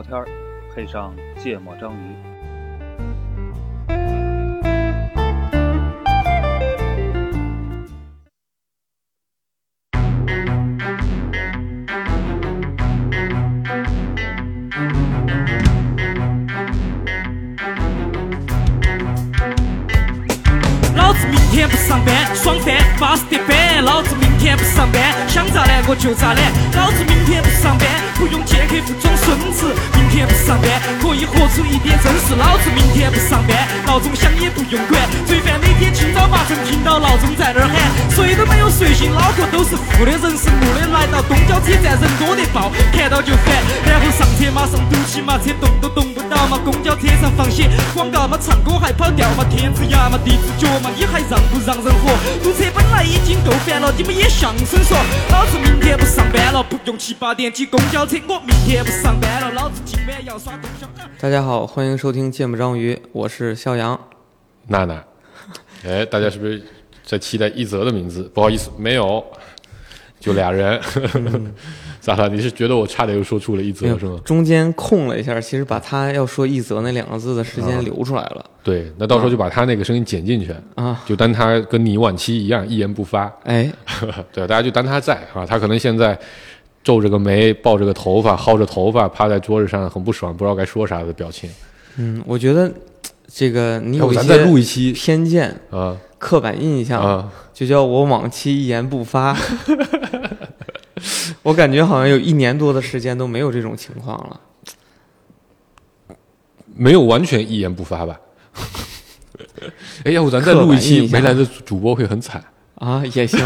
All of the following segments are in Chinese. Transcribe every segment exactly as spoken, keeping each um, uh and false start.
聊天，配上芥末章鱼。 老子明天不上班，爽翻巴适得板。老子明天不上班，想咋懒我就咋懒。老子明天不上班，不用见客户装孙子。明天不上班，可以活出一点真实。老子明天不上班，闹钟响也不用管。罪犯每天清早八晨听到闹钟在那儿喊，谁都没有睡醒，脑壳都是负的，人是木的。来到公交车站，人多得爆，看到就烦。然后上车马上堵起嘛，车动都动不到嘛。公交车上放些广告嘛，唱歌还跑调嘛，天子牙嘛，地子脚嘛，你还让不让人活？堵车本来已经够烦了，你们也相声说，老子明天不上班了，不用七八点挤公交车，我明天不上班了，老子今晚要耍动小。 大家好，欢迎收听芥末章鱼，我是肖阳。 娜娜，哎，大家是不是在期待一泽的名字？不好意思，没有，就俩人。嗯、咋了？你是觉得我差点又说出了一泽是吗？ 中间空了一下，其实把他要说一泽那两个字的时间留出来了。啊、 对，那到时候就把他那个声音剪进去啊，就当他跟你晚期一样一言不发。 哎， 对，大家就当他在啊，他可能现在皱着个眉，抱着个头发，薅着头发，趴在桌子上，很不爽，不知道该说啥的表情。 嗯，我觉得这个你有一些再录一期偏见啊， 刻板印象啊， 就叫我往期一言不发。我感觉好像有一年多的时间都没有这种情况了， 没有完全一言不发吧？哎，要不咱再录一期，没来的主播会很惨啊，也行。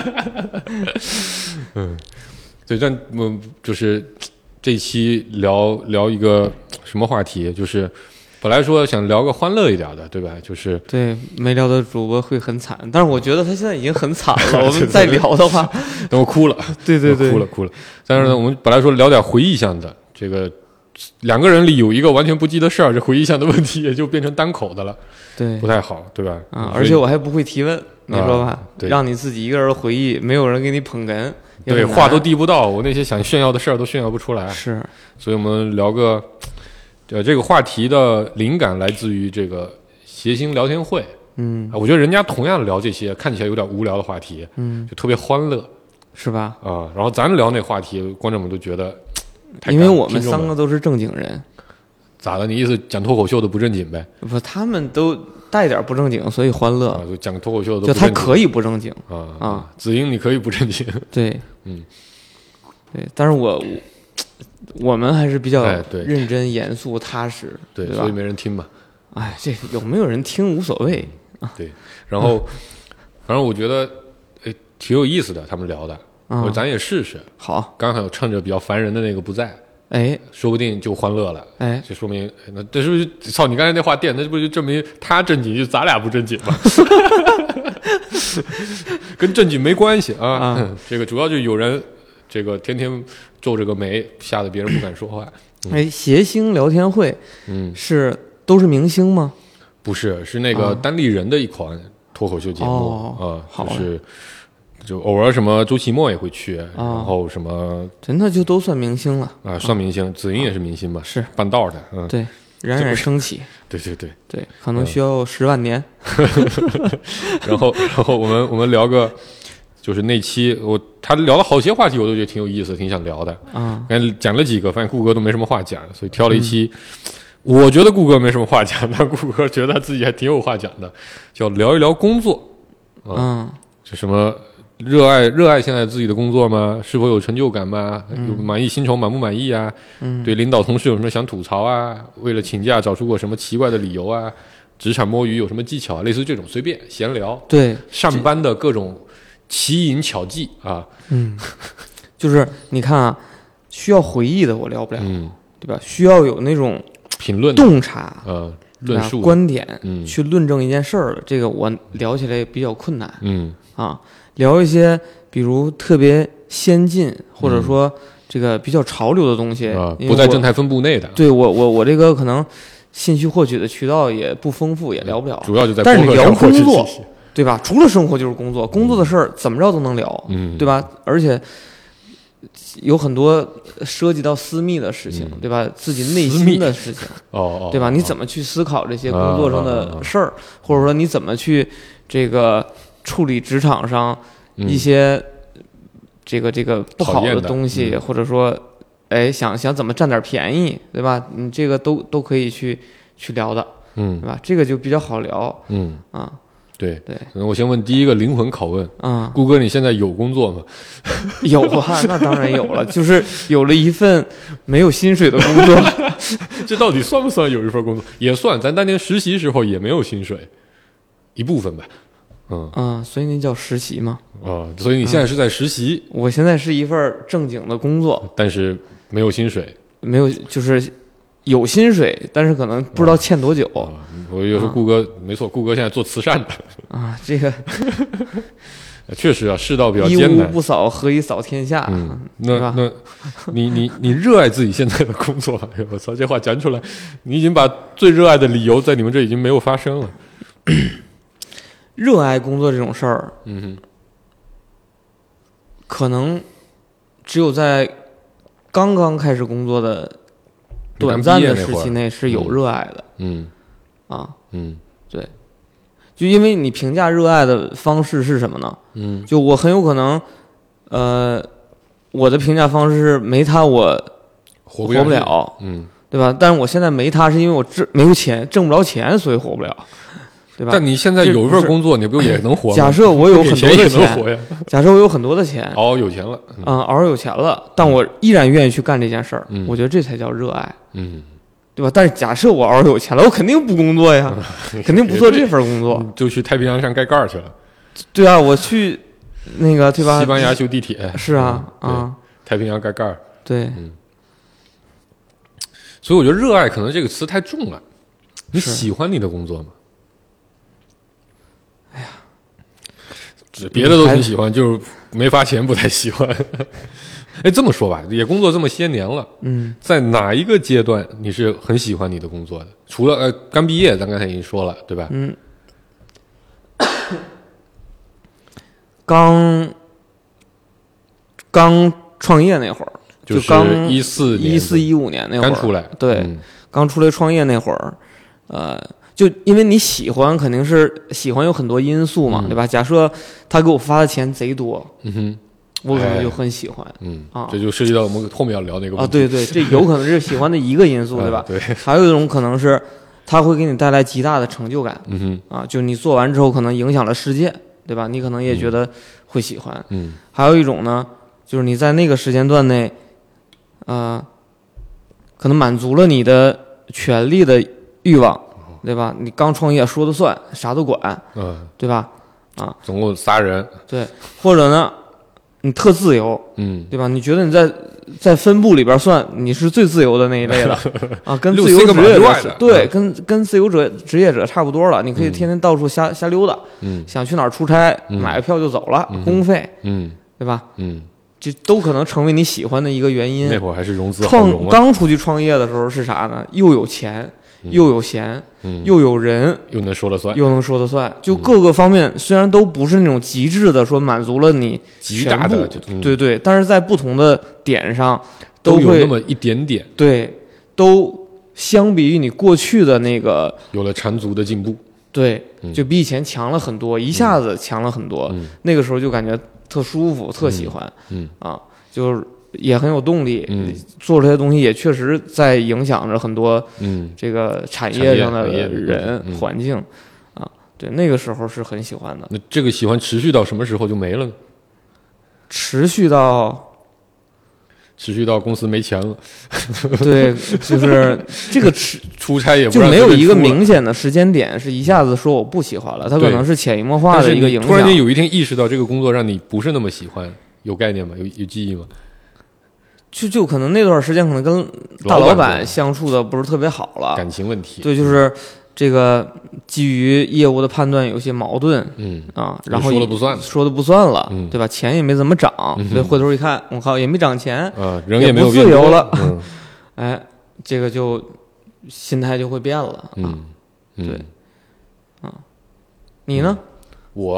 嗯，对，但嗯，就是这一期聊聊一个什么话题？就是本来说想聊个欢乐一点的，对吧？就是对，没聊的主播会很惨，但是我觉得他现在已经很惨了。我们再聊的话， 等我哭了， 对对对， 哭了哭了。但是呢，我们本来说聊点回忆向的，这个两个人里有一个完全不记得事儿，这回忆向的问题也就变成单口的了， 对， 不太好，对吧？ 啊，而且我还不会提问，你说吧？ 啊、对， 让你自己一个人回忆，没有人给你捧哏， 对，话都递不到，我那些想炫耀的事儿都炫耀不出来。 是， 所以我们聊个。呃，这个话题的灵感来自于这个谐星聊天会。 嗯， 我觉得人家同样聊这些看起来有点无聊的话题， 嗯， 就特别欢乐， 是吧？ 啊、呃，然后咱聊那话题，观众们都觉得， 因为我们三个都是正经人。 咋了？你意思讲脱口秀的不正经呗？ 不，他们都带点不正经，所以欢乐。 啊，就讲脱口秀的都就他可以不正经啊啊。 子英你可以不正经。 对， 嗯， 对，但是我。我们还是比较认真、 哎、 严肃、踏实， 对， 对吧？ 所以没人听嘛。 哎，这有没有人听无所谓啊。 对，然后，反正我觉得，哎，挺有意思的，他们聊的， 嗯、 我咱也试试。 好， 刚好趁着比较烦人的那个不在， 哎， 说不定就欢乐了。 哎， 这说明那这是不是操你刚才那话垫，那不就证明他正经，就咱俩不正经吗？跟正经没关系啊。 啊这个主要就有人。这个天天皱着个眉，吓得别人不敢说话。 嗯、哎，谐星聊天会， 嗯， 是都是明星吗？ 不是，是那个单立人的一款脱口秀节目啊、 哦呃，就是就偶尔什么周奇墨也会去， 哦、 然后什么真的就都算明星了啊，算明星，子英也是明星嘛， 是半道的，嗯， 对，冉冉升起， 对对对对，可能需要十万年。 嗯、然后，然后我们我们聊个。就是那期我他聊了好些话题，我都觉得挺有意思，挺想聊的啊。 刚才讲了几个，发现顾哥都没什么话讲，所以挑了一期。嗯、我觉得顾哥没什么话讲，但顾哥觉得他自己还挺有话讲的，叫聊一聊工作。 啊、嗯， 就什么热爱热爱现在自己的工作吗？是否有成就感吗？ 嗯、 有满意薪酬满不满意啊？ 嗯， 对领导同事有什么想吐槽啊？为了请假找出过什么奇怪的理由啊？职场摸鱼有什么技巧啊？类似这种随便闲聊。 对， 上班的各种。奇淫巧技啊， 嗯，就是你看啊，需要回忆的我聊不了， 嗯， 对吧？需要有那种评论、 洞察、 呃、论述、 观点， 嗯， 去论证一件事儿的，这个我聊起来比较困难， 嗯啊，聊一些比如特别先进或者说这个比较潮流的东西， 啊、不在正态分布内的， 对我我我这个可能信息获取的渠道也不丰富，也聊不了， 主要就在但是你聊工作。 对吧？除了生活就是工作，工作的事儿怎么着都能聊， 嗯， 对吧？而且有很多涉及到私密的事情， 嗯、 对吧？自己内心的事情， 哦哦， 对吧？你怎么去思考这些工作上的事儿，或者说你怎么去这个处理职场上一些这个这个不好的东西， 嗯、 或者说，哎，想想怎么占点便宜，对吧？你这个都都可以去去聊的， 嗯， 对吧？这个就比较好聊， 嗯啊。 对对， 我先问第一个灵魂拷问啊， 顾哥，你现在有工作吗？ 有啊，那当然有了，就是有了一份没有薪水的工作。 这到底算不算有一份工作？也算，咱当年实习时候也没有薪水，一部分吧。嗯啊，所以那叫实习嘛。 啊，所以你现在是在实习？ 嗯、我现在是一份正经的工作， 但是没有薪水， 没有就是。有薪水，但是可能不知道欠多久。 啊、我有时候顾哥、啊、没错，顾哥现在做慈善的啊，这个确实啊，世道比较艰难。 一屋不扫，何以扫天下？ 嗯，那那，你你你热爱自己现在的工作？哎呦，我操，这话讲出来，你已经把最热爱的理由在你们这已经没有发生了。 热爱工作这种事儿， 嗯哼， 可能只有在刚刚开始工作的。短暂的时期内是有热爱的， 嗯， 啊， 嗯， 对，就因为你评价热爱的方式是什么呢？ 嗯， 就我很有可能，呃，我的评价方式是没他我活不了， 嗯， 对吧？但是我现在没他是因为我挣没有钱，挣不着钱，所以活不了，对吧？ 但你现在有一份工作，你不也能活吗？ 假设我有很多的钱， 活呀假设我有很多的钱， 哦，有钱了， 啊、嗯，偶尔有钱了，但我依然愿意去干这件事儿， 嗯， 我觉得这才叫热爱。 嗯， 对吧？但是假设我偶尔有钱了，我肯定不工作呀，肯定不做这份工作， 就去太平洋上盖盖去了。 对啊，我去那个对吧？ 西班牙修地铁。 是啊， 嗯、 啊， 太平洋盖盖。 对， 嗯。所以我觉得热爱可能这个词太重了。你喜欢你的工作吗？ 哎呀， 别的都挺喜欢，就是没发钱不太喜欢。哎，这么说吧，也工作这么些年了， 嗯， 在哪一个阶段你是很喜欢你的工作的？除了呃刚毕业，咱刚才已经说了，对吧？ 嗯，刚刚创业那会儿，就刚一四一四一五年那会儿刚出来， 对， 嗯、 刚出来创业那会儿，呃，就因为你喜欢，肯定是喜欢有很多因素嘛， 嗯、 对吧？假设他给我发的钱贼多， 嗯哼。 我可能就很喜欢， 嗯啊， 这就涉及到我们后面要聊那个问题啊，对对，这有可能是喜欢的一个因素，对吧？ 对， 还有一种可能是，它会给你带来极大的成就感， 嗯哼， 啊，就你做完之后可能影响了世界，对吧？你可能也觉得会喜欢， 嗯， 还有一种呢，就是你在那个时间段内，呃，可能满足了你的权利的欲望，对吧？你刚创业说了算，啥都管， 嗯， 对吧？啊， 总共仨人， 对，或者呢？你特自由， 嗯， 对吧？你觉得你在在分部里边算你是最自由的那一类了啊，跟自由职业者对，跟跟自由者职业者差不多了。你可以天天到处瞎、嗯、瞎溜达， 嗯， 想去哪儿出差， 嗯、 买个票就走了， 嗯、 公费， 嗯， 对吧？ 嗯， 这都可能成为你喜欢的一个原因。 那会儿还是融资创好融啊。 刚出去创业的时候是啥呢？又有钱。又有闲、 嗯， 又有人， 又能说了算， 又能说了算，就各个方面、嗯、虽然都不是那种极致的说满足了你极大的， 嗯、对对，但是在不同的点上都会有那么一点点， 对，都相比于你过去的那个有了缠足的进步， 对， 嗯、 就比以前强了很多，一下子强了很多， 嗯、 那个时候就感觉特舒服，特喜欢， 嗯, 嗯啊，就是。也很有动力， 嗯， 做出来的东西也确实在影响着很多， 嗯， 这个产业上的人、 嗯、 环境，啊，对，那个时候是很喜欢的。 那这个喜欢持续到什么时候就没了呢？ 持续到， 持续到公司没钱了。 对，就是这个持出差也不就没有一个明显的时间点是一下子说我不喜欢了，它可能是潜移默化的一个影响。 突然间有一天意识到这个工作让你不是那么喜欢。有概念吗？有有记忆吗？ 就就可能那段时间可能跟大老板相处的不是特别好了， 感情问题。 对，就是这个基于业务的判断有些矛盾， 嗯啊，然后说了不算， 说的不算了， 嗯、 对吧？钱也没怎么涨， 嗯、 所以回头一看，我靠，也没涨钱， 啊，人也没有不自由了， 嗯、 哎，这个就心态就会变了， 嗯，嗯对，啊，你呢？ 我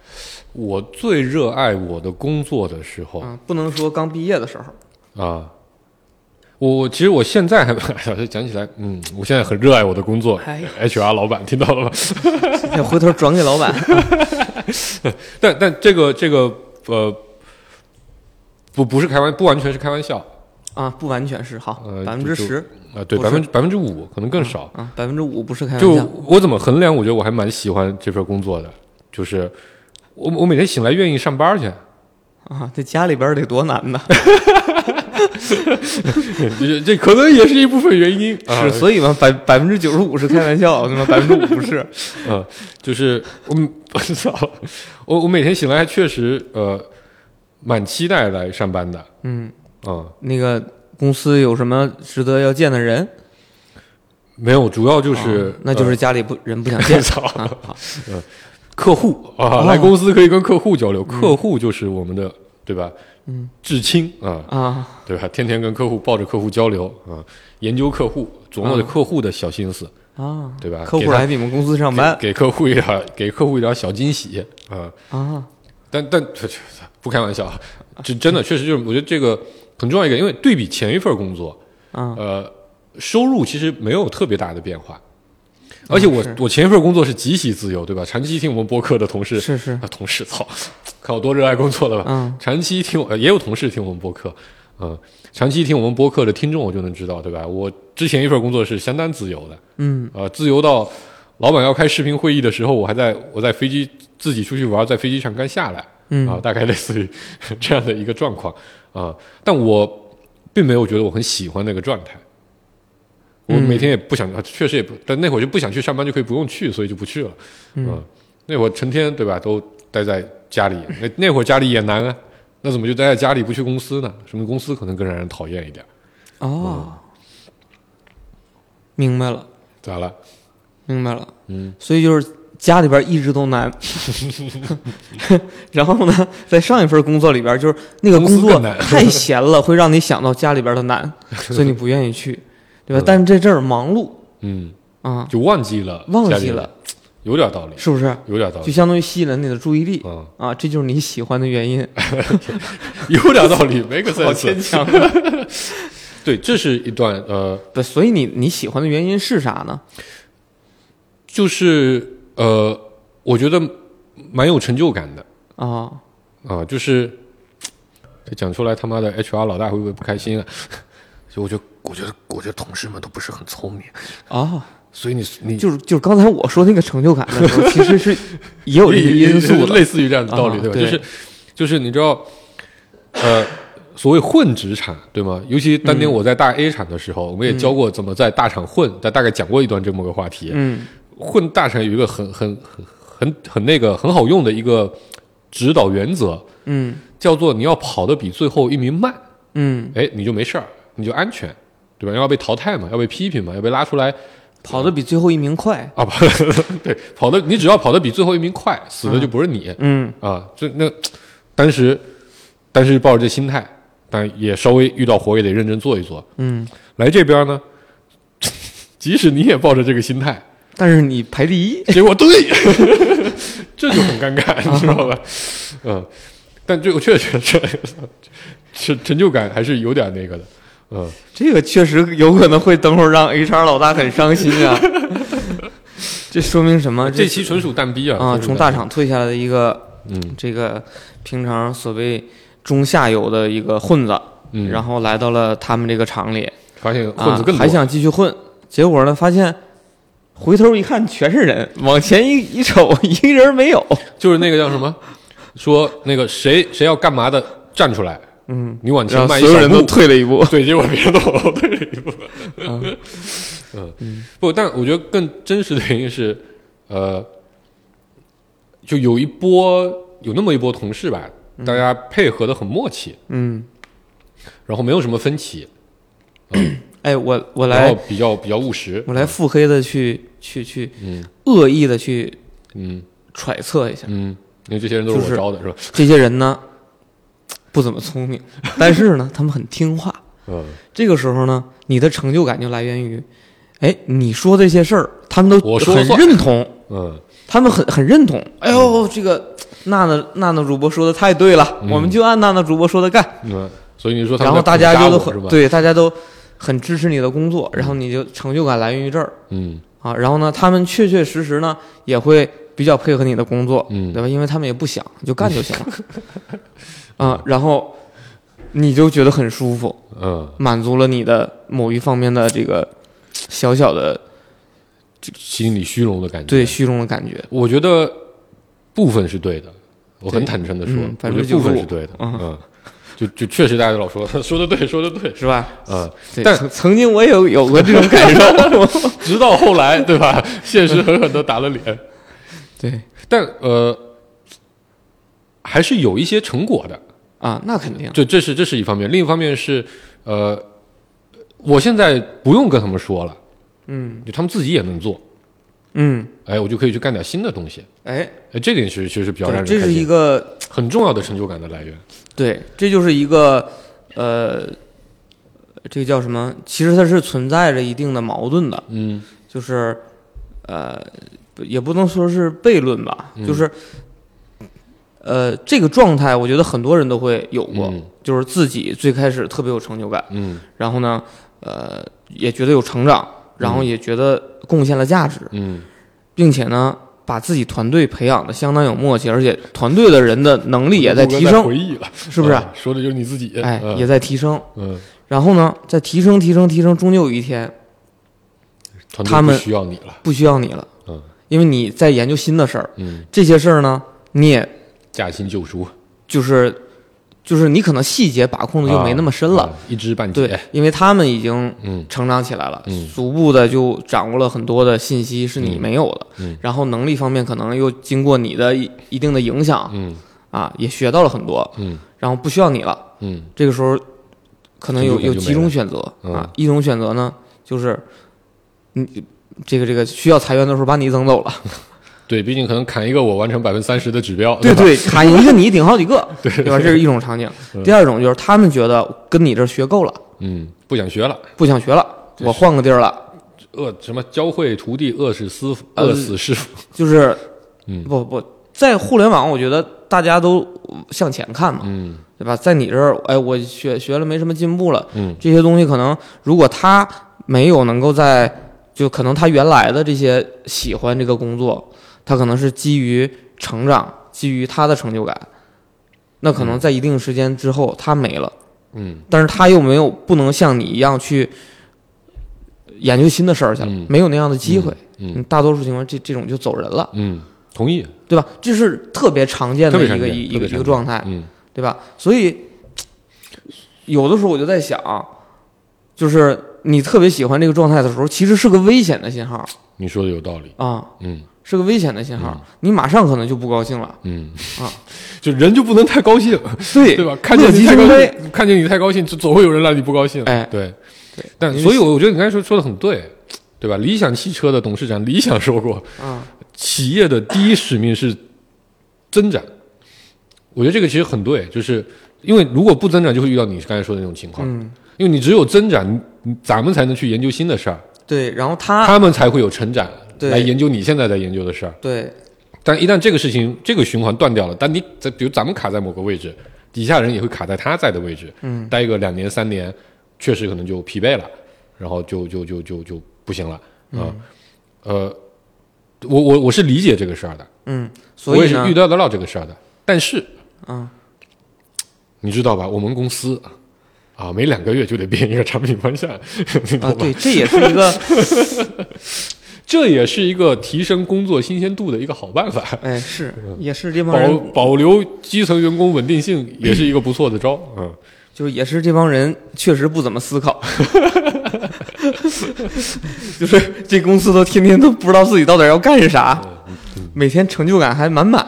我最热爱我的工作的时候， 嗯，不能说刚毕业的时候啊。我我其实我现在还讲起来，嗯，我现在很热爱我的工作。 哎、 H R 老板听到了吗？ 回头转给老板。 但但这个这个呃，不不是开玩，不完全是开玩笑啊，不完全是好，百分之十啊，对，百分之百分之五可能更少啊，百分之五不是开玩笑。 就我怎么衡量？我觉得我还蛮喜欢这份工作的，就是我我每天醒来愿意上班去啊，这家里边得多难呐！ 这这可能也是一部分原因， 是，啊、所以嘛，百百分之九十五是开玩笑，对吗？百分之五不是。 嗯，就是我我操，我我每天醒来还确实呃蛮期待来上班的。 嗯嗯， 那个公司有什么值得要见的人？ 没有，主要就是、 哦、那就是家里不、呃、人不想见。 操、 啊，好， 嗯，客户啊、哦，来公司可以跟客户交流，客户就是我们的，对吧？嗯，至亲啊啊， 对吧？天天跟客户抱着客户交流啊，研究客户，琢磨着客户的小心思啊， 对吧？ 客户来你们公司上班， 给, 给客户一点，给客户一点小惊喜啊啊！ 但但不开玩笑，这真的确实就是我觉得这个很重要一个，因为对比前一份工作， 啊， 呃，收入其实没有特别大的变化。而且我、 嗯、 我前一份工作是极其自由，对吧？长期听我们播客的同事是是啊，同事操，看我多热爱工作了吧？ 嗯， 长期听我、呃、也有同事听我们播客，嗯，长期听我们播客的听众我就能知道，对吧？我之前一份工作是相当自由的， 嗯， 呃，自由到老板要开视频会议的时候，我还在我在飞机自己出去玩，在飞机上刚下来， 嗯啊、呃，大概类似于这样的一个状况啊、呃，但我并没有觉得我很喜欢那个状态。我每天也不想，确实也不，但那会儿就不想去上班，就可以不用去，所以就不去了。 嗯， 呃、那会儿成天对吧，都待在家里。那那会儿家里也难啊，那怎么就待在家里不去公司呢？什么公司可能更让人讨厌一点。 哦，嗯、明白了。 咋了？ 明白了。 嗯， 所以就是家里边一直都难。然后呢，在上一份工作里边，就是那个工作太闲了，会让你想到家里边的难，所以你不愿意去。对吧？ 嗯、 但是这阵儿忙碌， 嗯啊， 就忘记了， 忘记了， 有点道理， 是不是？ 有点道理， 就相当于吸引了你的注意力， 嗯、 啊，这就是你喜欢的原因， 有点道理，没个好牵强。 对，这是一段呃， 不，所以你你喜欢的原因是啥呢？ 就是呃，我觉得蛮有成就感的啊啊，就是这讲出来，他妈的 H R 老大会不会不开心啊？就我觉得，我觉得，我觉得同事们都不是很聪明啊， 所以你你就是就是刚才我说那个成就感的时候，其实是也有这些因素的， 类似于这样的道理， 啊、 对吧？ 对就是就是你知道，呃，所谓混职场，对吗？尤其当年我在大 A 厂的时候，嗯、我们也教过怎么在大厂混，但大概讲过一段这么个话题。 嗯， 混大厂有一个很很很很很那个很好用的一个指导原则， 嗯， 叫做你要跑得比最后一名慢， 嗯， 哎，你就没事儿。你就安全，对吧？要被淘汰嘛，要被批评嘛，要被拉出来， 跑得比最后一名快啊！跑对，跑的你只要跑得比最后一名快，死的就不是你。 嗯啊，这那当时，当时抱着这心态，但也稍微遇到活也得认真做一做。 嗯， 来这边呢，即使你也抱着这个心态， 但是你排第一， 结果对，这就很尴尬，你知道吧？嗯，但这我确实这成成就感还是有点那个的。嗯， 这个确实有可能会等会儿让 H R 老大很伤心啊。这说明什么？ 这期纯属蛋逼啊！ 啊，从大厂退下来的一个， 嗯， 这个平常所谓中下游的一个混子， 嗯， 然后来到了他们这个厂里， 发现混子更多， 啊、还想继续混，结果呢，发现回头一看全是人，往前一一瞅，一个人没有， 就是那个叫什么，说那个谁谁要干嘛的站出来。 嗯， 你往前迈一小步，所有人都退了一步， 对，结果别人都退了一步。嗯, 嗯，不，但我觉得更真实的原因是，呃，就有一波有那么一波同事吧， 嗯、 大家配合的很默契， 嗯， 然后没有什么分歧。嗯、 哎，我我来， 然后比较比较务实， 我来腹黑的去去去， 嗯， 恶意的去， 嗯， 揣测一下， 嗯，因为这些人都是我招的， 就是吧？ 这些人呢？不怎么聪明，但是呢，他们很听话。 嗯， 这个时候呢，你的成就感就来源于，哎，你说这些事儿，他们都很认同。 嗯， 他们很很认同。哎呦，这个娜娜娜娜主播说的太对了， 嗯、 我们就按娜娜主播说的干。 嗯，所以你说他们然后大家就都很是吧？ 对，大家都很支持你的工作，然后你就成就感来源于这儿。 嗯啊，然后呢，他们确确实实呢也会比较配合你的工作， 嗯， 对吧？因为他们也不想，就干就行了。啊，然后你就觉得很舒服， 嗯， 满足了你的某一方面的这个小小的心里虚荣的感觉， 对虚荣的感觉。 我觉得部分是对的，我很坦诚的说， 嗯、 我觉得部分是对的，嗯。嗯就就确实大家都老说说的对，说的对， 是吧？ 嗯，但曾曾经我也有有过这种感受， 直到后来，对吧？现实狠狠的打了脸。 对， 但呃，还是有一些成果的啊，那肯定。 这这是这是一方面，另一方面是呃，我现在不用跟他们说了， 嗯， 就他们自己也能做， 嗯， 哎，我就可以去干点新的东西， 哎， 哎，这点是其实比较让人这是一个很重要的成就感的来源。 对，这就是一个呃，这个叫什么？其实它是存在着一定的矛盾的， 嗯， 就是呃，也不能说是悖论吧， 嗯、 就是呃，这个状态，我觉得很多人都会有过， 嗯、 就是自己最开始特别有成就感， 嗯， 然后呢，呃，也觉得有成长，然后也觉得贡献了价值， 嗯， 并且呢。把自己团队培养的相当有默契，而且团队的人的能力也在提升， 回忆了， 是不是、 嗯？说的就是你自己， 哎， 嗯、 也在提升。 嗯， 然后呢，在提升、提升、提升，终究有一天，他们不需要你了， 不需要你了。 嗯， 因为你在研究新的事儿， 嗯， 这些事儿呢，你也驾轻就熟， 就是就是你可能细节把控的就没那么深了， 啊啊、一知半解。 对，因为他们已经嗯成长起来了， 嗯， 逐步的就掌握了很多的信息是你没有的， 嗯， 然后能力方面可能又经过你的一定的影响， 嗯， 啊，也学到了很多， 嗯， 然后不需要你了， 嗯， 这个时候可能有有几种选择、 嗯、 啊，一种选择呢就是你这个这个需要裁员的时候把你整走了。 对，毕竟可能砍一个我完成百分之三十的指标， 对对，砍一个你顶好几个， 对对吧？这是一种场景。 嗯、 第二种就是他们觉得跟你这学够了， 嗯，不想学了， 不想学了，我换个地儿了。 饿什么教会徒弟，饿死师傅，饿死师傅。 就是， 嗯， 不不，在互联网，我觉得大家都向前看嘛， 嗯， 对吧？在你这儿，哎，我学学了没什么进步了， 嗯， 这些东西可能如果他没有能够在，就可能他原来的这些喜欢这个工作。他可能是基于成长，基于他的成就感，那可能在一定时间之后他没了， 嗯， 但是他又没有不能像你一样去研究新的事儿去了， 嗯、 没有那样的机会， 嗯，嗯大多数情况这这种就走人了， 嗯，同意， 对吧？这是特别常见的一个一个一个状态， 嗯， 对吧？所以有的时候我就在想，就是你特别喜欢这个状态的时候，其实是个危险的信号。 你说的有道理啊， 嗯。 是个危险的信号、 嗯， 你马上可能就不高兴了。 嗯啊， 就人就不能太高兴， 对对吧？看见你太高兴，看见你太高兴，就总会有人让你不高兴。 哎， 对对。 但所以我觉得你刚才说说的很对，对吧？理想汽车的董事长李想说过， 啊， 企业的第一使命是增长。我觉得这个其实很对，就是因为如果不增长，就会遇到你刚才说的那种情况。 嗯， 因为你只有增长，咱们才能去研究新的事儿。 对，然后他他们才会有成长。 对， 来研究你现在在研究的事儿， 对。 但一旦这个事情这个循环断掉了，但你在比如咱们卡在某个位置，底下人也会卡在他在的位置， 嗯， 待个两年三年，确实可能就疲惫了，然后就就就就就不行了， 嗯， 呃，我我我是理解这个事儿的， 嗯，所以我也是遇到得到这个事儿的，但是， 嗯， 你知道吧？我们公司啊，每两个月就得变一个产品方向， 啊，对，这也是一个。 这也是一个提升工作新鲜度的一个好办法。 哎，是，也是这帮人保保留基层员工稳定性，也是一个不错的招。嗯， 就是也是这帮人确实不怎么思考，就是这公司都天天都不知道自己到底要干啥， 嗯嗯、 每天成就感还满满。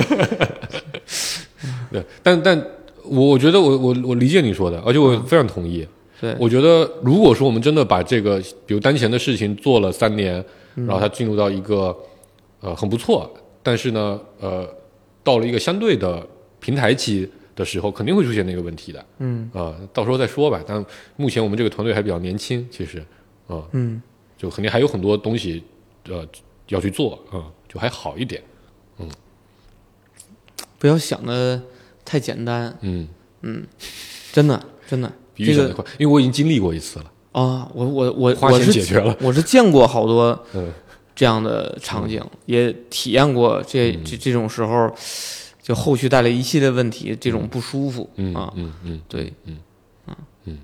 对，但但我我觉得我我我理解你说的，而且我非常同意。 对， 我觉得如果说我们真的把这个，比如当前的事情做了三年，然后它进入到一个呃很不错，但是呢呃到了一个相对的平台期的时候，肯定会出现那个问题的。 嗯啊、呃，到时候再说吧。但目前我们这个团队还比较年轻，其实啊，呃、 嗯， 就肯定还有很多东西呃要去做啊、呃，就还好一点。嗯， 不要想的太简单。 嗯嗯，真的真的， 比预想的快，因为我已经经历过一次了啊，我我我花我是钱解决了， 我是见过好多嗯这样的场景，也体验过这嗯这这种时候，就后续带来一系列问题，这种不舒服嗯啊， 嗯嗯， 对， 嗯啊嗯，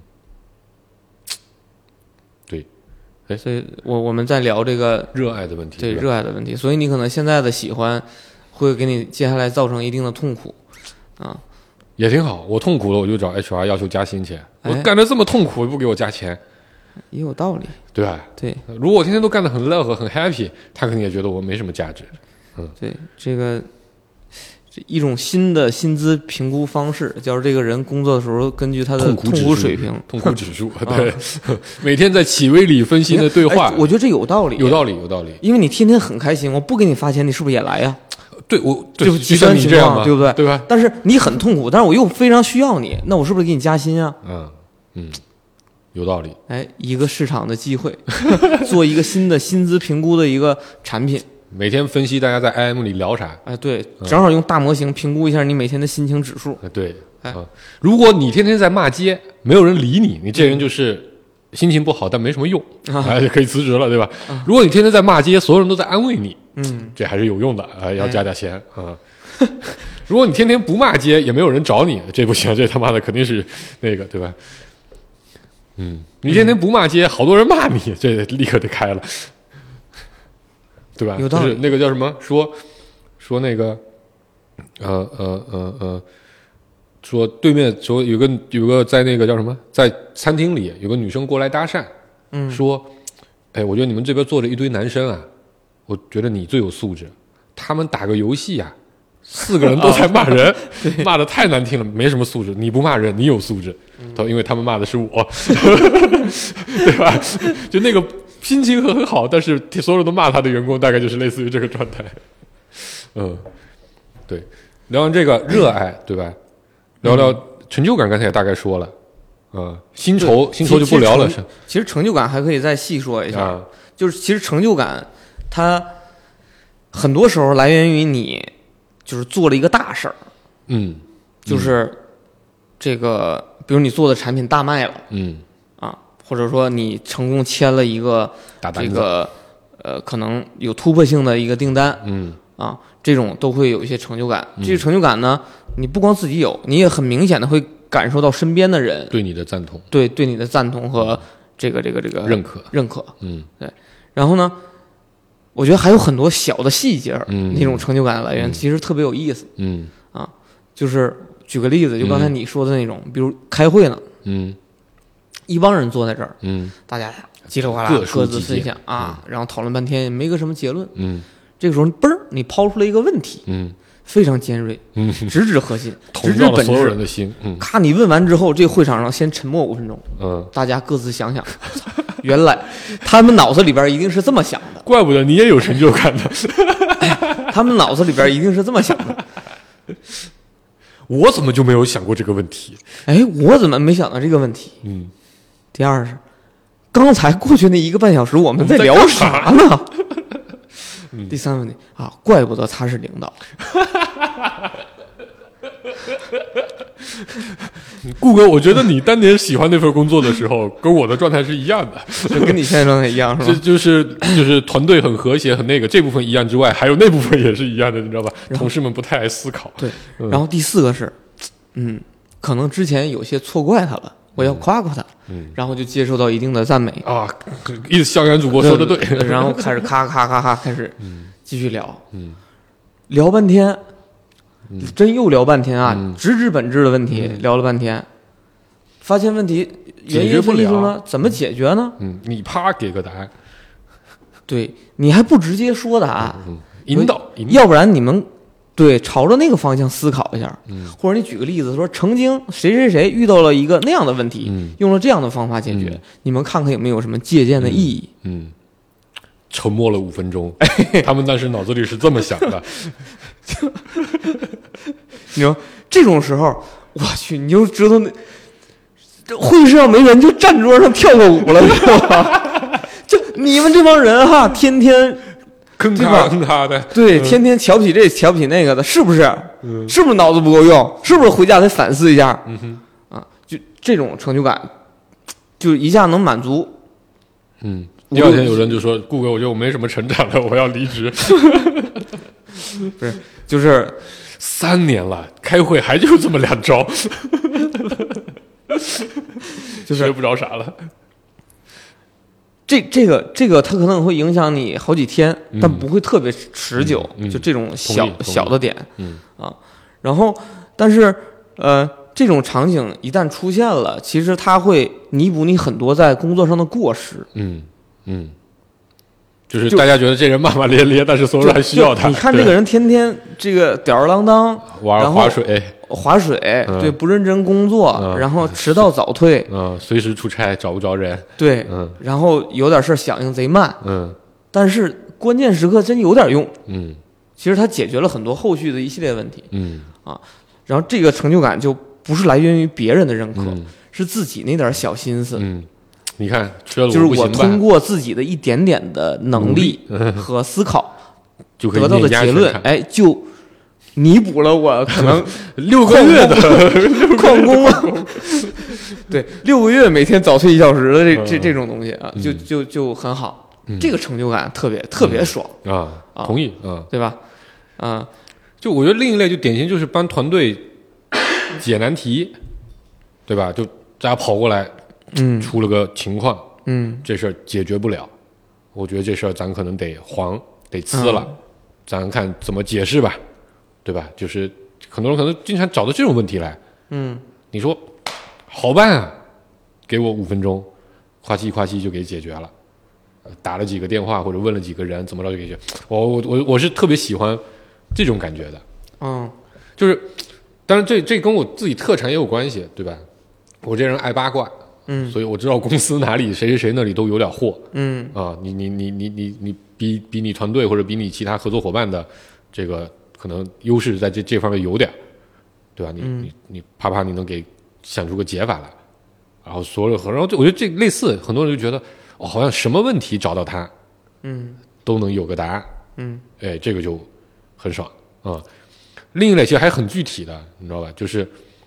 对， 所以我我们在聊这个热爱的问题， 对是吧热爱的问题，所以你可能现在的喜欢会给你接下来造成一定的痛苦啊。 也挺好。我痛苦了，我就找 H R 要求加薪去。 哎我干得这么痛苦，不给我加钱， 也有道理， 对吧？ 对如果我天天都干得很乐呵、很 happy， 他肯定也觉得我没什么价值。 对，这个这一种新的薪资评估方式，就是这个人工作的时候根据他的痛苦痛指数苦水平， 痛苦指数，对，每天在企微里分析的对话， 哎我觉得这有道理， 有道理，有道理。 因为你天天很开心，我不给你发钱，你是不是也来呀？ 对我，对就极像端情况， 你这样嘛， 对不对？ 对吧？ 但是你很痛苦，但是我又非常需要你，那我是不是给你加薪啊？ 嗯嗯，有道理。 哎，一个市场的机会，做一个新的薪资评估的一个产品。 每天分析大家在 I M 里聊啥， 哎，对，正好用大模型评估一下你每天的心情指数。 呃对， 哎啊，如果你天天在骂街，没有人理你，你这人就是心情不好，但没什么用，哎，就可以辞职了，对吧？如果你天天在骂街，所有人都在安慰你， 嗯， 这还是有用的，啊，要加点钱啊。如果你天天不骂街，也没有人找你，这不行，这他妈的肯定是那个，对吧？嗯，你天天不骂街，好多人骂你，这立刻就开了，对吧？ 有道理就是那个叫什么说说那个，呃呃呃呃，说对面说有个有个在那个叫什么，在餐厅里有个女生过来搭讪， 嗯， 说，哎，我觉得你们这边坐着一堆男生啊，我觉得你最有素质，他们打个游戏啊。四个人都在骂人，骂的太难听了，没什么素质。你不骂人，你有素质。他、嗯、因为他们骂的是我，对吧？就那个心情很好，但是所有人都骂他的员工，大概就是类似于这个状态。嗯，对。聊完这个热爱，对吧？聊聊成就感，刚才也大概说了。嗯，薪酬薪酬就不聊了。 其实, 其实成就感还可以再细说一下， 啊、 就是其实成就感，它很多时候来源于你。就是做了一个大事儿， 嗯， 就是这个，比如你做的产品大卖了， 嗯， 啊，或者说你成功签了一个这个呃可能有突破性的一个订单， 嗯， 啊，这种都会有一些成就感。嗯、这个成就感呢，你不光自己有，你也很明显的会感受到身边的人对你的赞同， 对对你的赞同和这个这个这个认可认可， 嗯， 对，然后呢？我觉得还有很多小的细节， 嗯， 那种成就感的来源、 嗯、 其实特别有意思， 嗯啊，就是举个例子，就刚才你说的那种，嗯、比如开会呢， 嗯， 一帮人坐在这儿， 嗯， 大家叽里哗啦各自分享啊、嗯，然后讨论半天也没个什么结论， 嗯， 这个时候嘣儿你抛出了一个问题， 嗯， 非常尖锐， 嗯， 直指核心， 直指本质， 所有人的心，嗯， 咔，你问完之后，这个会场上先沉默五分钟， 嗯， 大家各自想想。原来他们脑子里边一定是这么想的， 怪不得你也有成就感的。 他们脑子里边一定是这么想的。 我怎么就没有想过这个问题？ 哎，我怎么没想到这个问题？ 嗯。 第二是，刚才过去那一个半小时我们在聊啥呢？ 嗯、 第三个问题啊，怪不得他是领导。 顾哥，我觉得你当年喜欢那份工作的时候，跟我的状态是一样的， 就跟你现在状态一样，是吧？ 就就是就是团队很和谐，很那个，这部分一样之外，还有那部分也是一样的，你知道吧？同事们不太爱思考。 对， 嗯、 然后第四个是，嗯，可能之前有些错怪他了，我要夸夸他， 嗯， 然后就接受到一定的赞美啊，一直校园主播说的对， 然后开始咔咔咔咔开始继续聊， 嗯， 聊半天。真又聊半天啊， 嗯、 直指本质的问题、嗯、聊了半天，发现问题原因分析出了，怎么解决呢？ 嗯，你啪给个答案， 对你还不直接说答案， 嗯、引导， 要不然你们对朝着那个方向思考一下， 嗯、 或者你举个例子说，曾经谁谁谁遇到了一个那样的问题， 嗯、 用了这样的方法解决， 嗯、 你们看看有没有什么借鉴的意义？ 嗯。嗯沉默了五分钟，他们当时脑子里是这么想的。 你说这种时候，我去，你就知道那这会上没人就站桌上跳个舞了，知道吧？就你们这帮人哈，天天坑对吧他坑他的， 对， 嗯天天瞧不起这瞧不起那个的，是不是？ 嗯是不是脑子不够用？是不是回家得反思一下？ 嗯哼， 啊，就这种成就感，就一下能满足。 嗯。 我第二天有人就说：“顾哥，我觉得我没什么成长了，我要离职。” 不是，就是三年了，开会还就这么两招， 就是学不着啥了。 这这个这个，它可能会影响你好几天， 嗯但不会特别持久。 嗯嗯就这种小同意小的点， 嗯啊，然后但是呃，这种场景一旦出现了，其实它会弥补你很多在工作上的过失。 嗯嗯，就是就大家觉得这人骂骂咧咧，但是所有人还需要他。 就你看这个人天天这个吊儿郎当， 玩然后划水， 划水， 嗯对，不认真工作， 嗯然后迟到早退， 嗯，随时出差找不着人， 对， 嗯然后有点事儿响应贼慢， 嗯但是关键时刻真有点用。 嗯其实它解决了很多后续的一系列问题， 嗯然后这个成就感就不是来源于别人的认可， 嗯是自己那点小心思， 嗯，你看缺了就是我不行办， 通过自己的一点点的能力和思考就可以得到的碾压结论全，场哎，就弥补了我可能六个月的旷工啊，对，六个月每天早睡一小时的这这嗯这种东西啊，就嗯就就很好， 嗯这个成就感特别特别爽， 啊， 啊同意啊。 对吧？啊， 就我觉得另一类就典型就是帮团队解难题，对吧？就大家跑过来嗯出了个情况， 嗯这事儿解决不了，我觉得这事儿咱可能得黄得呲了， 嗯咱看怎么解释吧，对吧？就是很多人可能经常找到这种问题来， 嗯你说好办啊，给我五分钟，夸叽夸叽就给解决了，呃打了几个电话或者问了几个人怎么着就给解决。我我我我是特别喜欢这种感觉的， 嗯就是当然这这跟我自己特长也有关系，对吧？我这人爱八卦， 嗯所以我知道公司哪里谁谁谁那里都有点货嗯啊，你你你你你你比比你团队或者比你其他合作伙伴的这个可能优势在这这方面有点，对吧？你、 嗯你你啪啪你能给想出个解法来，然后所有然后就我觉得这类似很多人就觉得哦，好像什么问题找到他嗯都能有个答案， 嗯哎，这个就很爽啊。另一类其实还很具体的，你知道吧？就是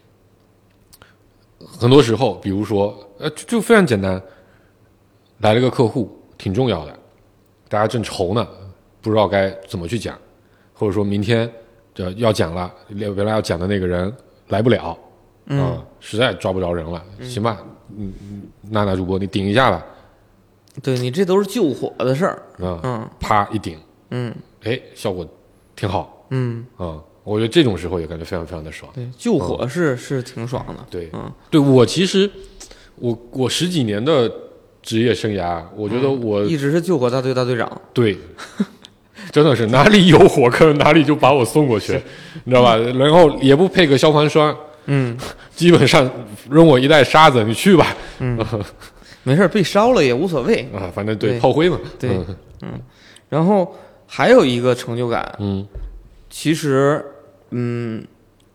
很多时候，比如说，呃，就就非常简单，来了个客户，挺重要的，大家正愁呢，不知道该怎么去讲，或者说明天这要讲了，原来要讲的那个人来不了，啊、 嗯实在抓不着人了，行吧，嗯嗯，娜娜主播你顶一下吧， 对你这都是救火的事儿， 啊、 嗯啪一顶， 嗯哎，效果挺好嗯， 啊、我觉得这种时候也感觉非常非常的爽。 对，救火是是挺爽的， 对， 嗯对我其实我我十几年的职业生涯，我觉得我、 一直是救火大队大队长， 对，真的是哪里有火坑哪里就把我送过去，你知道吧？然后也不配个消防栓， 嗯基本上扔我一袋沙子，你去吧， 嗯，没事儿，被烧了也无所谓， 啊，反正对对炮灰嘛， 对嗯嗯，然后还有一个成就感， 嗯其实，嗯，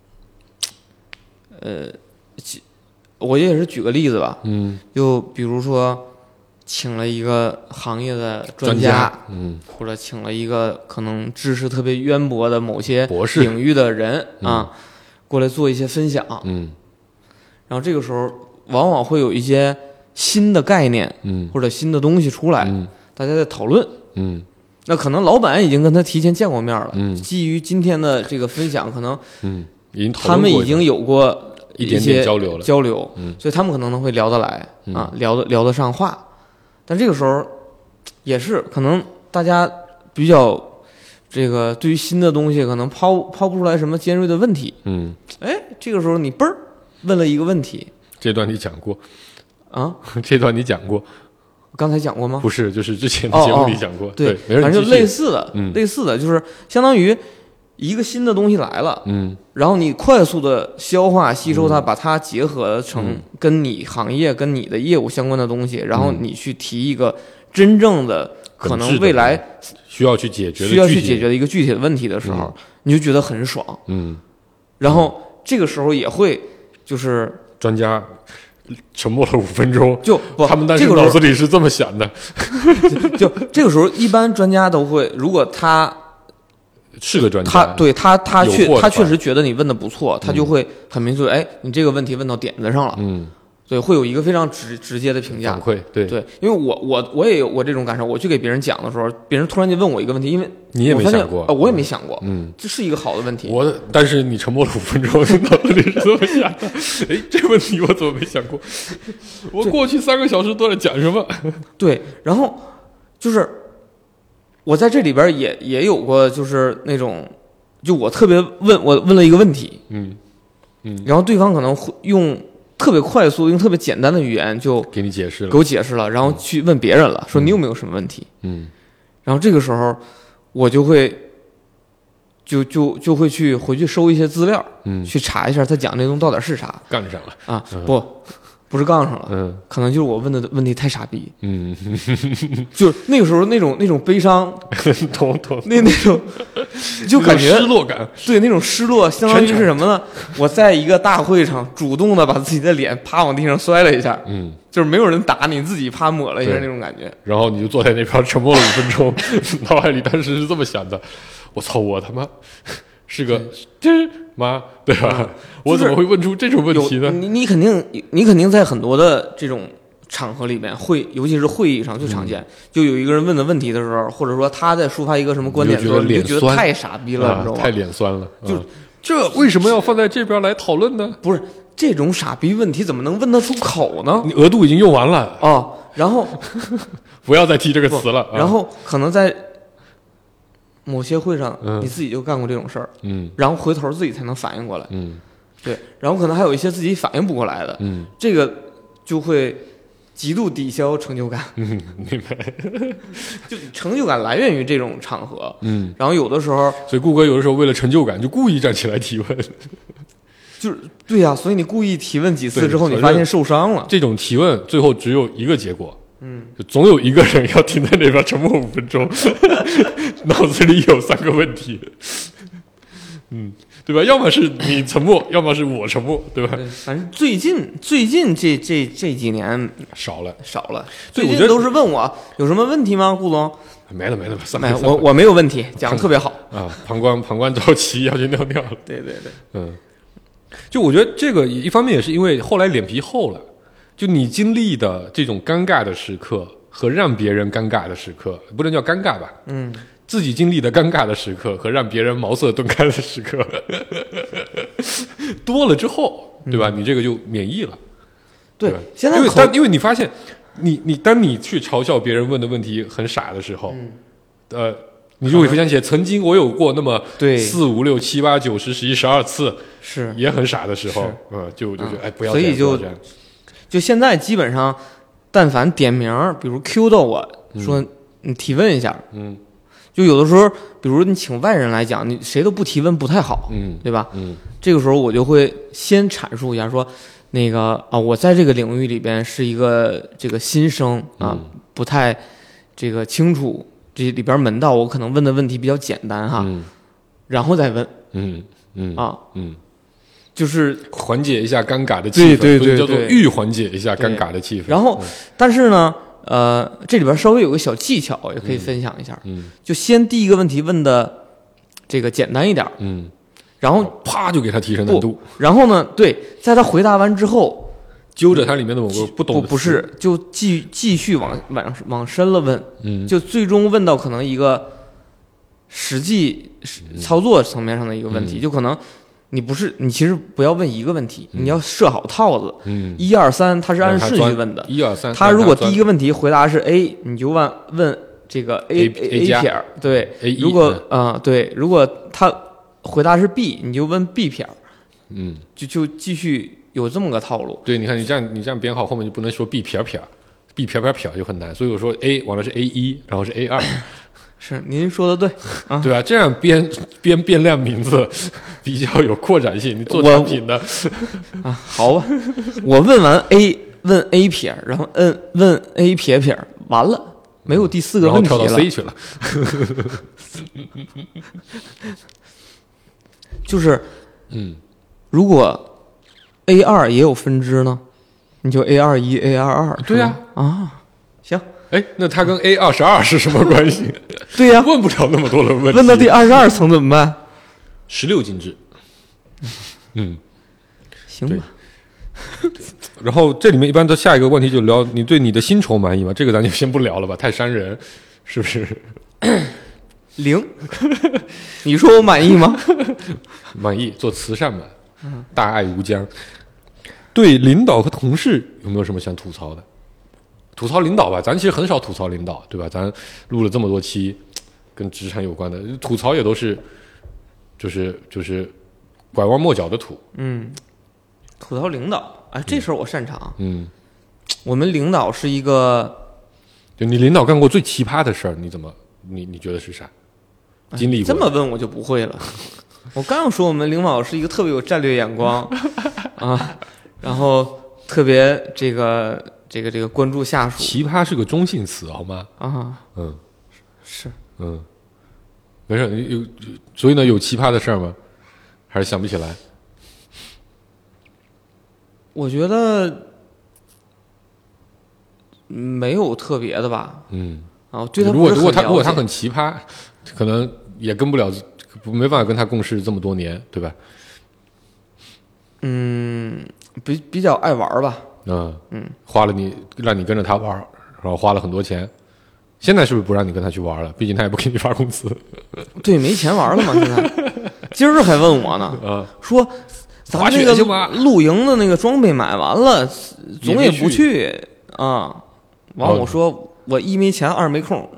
呃，其我也是举个例子吧， 嗯， 就比如说，请了一个行业的专家， 嗯或者请了一个可能知识特别渊博的某些博士领域的人啊，过来做一些分享， 嗯然后这个时候往往会有一些新的概念嗯或者新的东西出来， 嗯大家在讨论。 嗯那可能老板已经跟他提前见过面了， 嗯基于今天的这个分享，可能嗯，已经讨他论过们已经有过一点些点交流了， 交流， 嗯所以他们可能能会聊得来嗯啊，聊得聊得上话。但这个时候也是可能大家比较这个对于新的东西可能抛抛不出来什么尖锐的问题， 嗯， 哎，这个时候你嘣儿问了一个问题这段你讲过， 啊， 这段你讲过， 刚才讲过吗？ 不是，就是之前的节目里讲过， 对， 没人反正就继续类似的， 嗯类似的就是相当于一个新的东西来了， 嗯然后你快速的消化吸收它，把它结合成嗯跟你行业、跟你的业务相关的东西，然后你去提一个真正的可能未来需要去解决的需要去具体解决的一个具体的问题的时候，你就觉得很爽。 嗯， 然后这个时候也会就是专家沉默了五分钟， 就不他们但是这个时候脑子里是这么想的， 就这个时候，一般专家都会，如果他是个专家， 他对他他确有货的话他确实觉得你问的不错，他就会很明确，哎，你这个问题问到点子上了， 嗯， 对，会有一个非常直直接的评价反。馈，对， 对，因为我我我也有过这种感受，我去给别人讲的时候，别人突然间问我一个问题，因为你也没我发现想过呃，我也没想过， 嗯， 这是一个好的问题。 我但是你沉默了五分钟，脑子里是这么想的，哎，这个问题我怎么没想过？我过去三个小时都在讲什么？ 对，然后就是我在这里边也也有过，就是那种，就我特别问我问了一个问题， 嗯嗯， 然后对方可能会用特别快速、用特别简单的语言就给你解释了给，我解释了，然后去问别人了，说你有没有什么问题？ 嗯然后这个时候我就会就就就会去回去收一些资料， 嗯， 去查一下他讲这东西到底是啥干上了， 啊？ 嗯不，不是杠上了， 嗯可能就是我问的问题太傻逼， 嗯， 就是那个时候那种那种悲伤， 懂懂， 那那种就感觉失落感， 对那种失落，相当于是什么呢？我在一个大会上主动的把自己的脸啪往地上摔了一下， 嗯， 就是没有人打你，自己啪抹了一下对那种感觉。 然后你就坐在那边沉默了五分钟，脑海里当时是这么想的：我操，我他妈是个这妈，对吧？我怎么会问出这种问题呢？ 有你你肯定你肯定在很多的这种场合里面会，尤其是会议上最常见， 嗯、 就有一个人问的问题的时候，或者说他在抒发一个什么观点的时候， 你就觉得太傻逼了， 啊、 你知道吗？ 太脸酸了， 就、 啊、这为什么要放在这边来讨论呢？ 不是这种傻逼问题怎么能问得出口呢？ 你额度已经用完了哦，然后不要再提这个词了。 然后可能在某些会上， 嗯、 你自己就干过这种事儿， 嗯， 然后回头自己才能反应过来， 嗯， 对，然后可能还有一些自己反应不过来的， 嗯， 这个就会极度抵消成就感， 嗯，明白， 就成就感来源于这种场合， 嗯， 然后有的时候， 所以顾哥有的时候为了成就感，就故意站起来提问， 就是对呀、啊，所以你故意提问几次之后，你发现受伤了， 这种提问最后只有一个结果。 嗯， 就总有一个人要停在那边沉默五分钟，脑子里有三个问题，嗯，对吧？要么是你沉默，要么是我沉默，对吧？ 对，反正最近最近这这这几年少了少了， 所以我觉得最近都是问我有什么问题吗，顾总？ 没了没了，三没，我我没有问题，讲的特别好啊。膀胱膀胱着急要去尿尿了， 对对对， 嗯，就我觉得这个一方面也是因为后来脸皮厚了。就你经历的这种尴尬的时刻和让别人尴尬的时刻，不能叫尴尬吧？ 嗯， 自己经历的尴尬的时刻和让别人茅塞顿开的时刻多了之后，对吧？嗯、你这个就免疫了。 对， 对现在因为当因为你发现，你你当你去嘲笑别人问的问题很傻的时候， 嗯、 呃，你就会回想起来，曾经我有过那么对四五六七八九十十一十二次是也很傻的时候，嗯，就就就哎不要这样，所以就。就现在基本上，但凡点名，比如 Q 到我说你提问一下， 嗯， 就有的时候，比如你请外人来讲，你谁都不提问不太好， 嗯， 对吧？ 嗯， 这个时候我就会先阐述一下说，那个啊，我在这个领域里边是一个这个新生啊， 嗯、 不太这个清楚这里边门道，我可能问的问题比较简单哈， 嗯、 然后再问， 嗯嗯啊， 嗯。 就是缓解一下尴尬的气氛， 对对对对叫做预缓解一下尴尬的气氛。 然后， 嗯、 但是呢，呃，这里边稍微有个小技巧，也可以分享一下。 嗯， 就先第一个问题问的这个简单一点， 嗯， 然后啪就给他提升难度。 然后呢，对，在他回答完之后， 揪着他里面的某个不懂的不不是，就继继续往往往深了问， 嗯， 就最终问到可能一个实际操作层面上的一个问题， 嗯、 就可能。你不是，你其实不要问一个问题， 嗯、 你要设好套子。 嗯， 一二三，他是按顺序问的。 一二三， 他如果第一个问题回答是 A， 你就问问这个 A A A 撇，对。 A 一， 如果啊、呃、对，如果他回答是 B， 你就问 B 撇。 嗯， 就就继续有这么个套路。 对，你看你这样你这样编号，后面就不能说 B 撇撇 ，B 撇撇撇就很难。所以我说 A 完了是 A 一，然后是 A 二。 是您说的对，啊、 对啊，这样编编变量名字比较有扩展性。你做产品的啊，好吧，我问完 A 问 A 撇，然后嗯问 A 撇撇，完了没有第四个问题了， 然后跳到 C 去了。 就是嗯， 如果 A 二也有分支呢？ 你就 A 二一 A 二二， 对呀、 啊，啊，行， 哎，那他跟 A 二十二是什么关系？ 对呀、 问不了那么多的问题。 问到第二十二层怎么办？ 十六进制，嗯， 行吧。 然后这里面一般的下一个问题就聊你对你的薪酬满意吗？这个咱就先不聊了吧，太伤人，是不是？ 零，你说我满意吗？ 满意，做慈善嘛，大爱无疆。对领导和同事有没有什么想吐槽的？吐槽领导吧，咱其实很少吐槽领导，对吧？咱录了这么多期跟职场有关的，吐槽也都是就是就是拐弯抹角的吐。 嗯，吐槽领导，哎，这事儿我擅长。 嗯， 我们领导是一个， 就你领导干过最奇葩的事儿，你怎么你你觉得是啥？经历过这么问我就不会了。我刚要说我们领导是一个特别有战略眼光啊，然后特别这个这个这个关注下属。 奇葩是个中性词，好吗？ 啊， 嗯， 是， 嗯，没事，有所以呢，有奇葩的事儿吗？还是想不起来？ 我觉得没有特别的吧。 嗯， 啊，对他如果如果他不是很了解如果他很奇葩，可能也跟不了，没办法跟他共事这么多年，对吧？ 嗯，比比较爱玩吧。 嗯嗯，花了你让你跟着他玩，然后花了很多钱。现在是不是不让你跟他去玩了？毕竟他也不给你发工资。 对，没钱玩了嘛，现在。今儿还问我呢， 啊， 说咱滑那个雪去吧露营的那个装备买完了，总也不去啊。完， 哦我说我一没钱，二没空。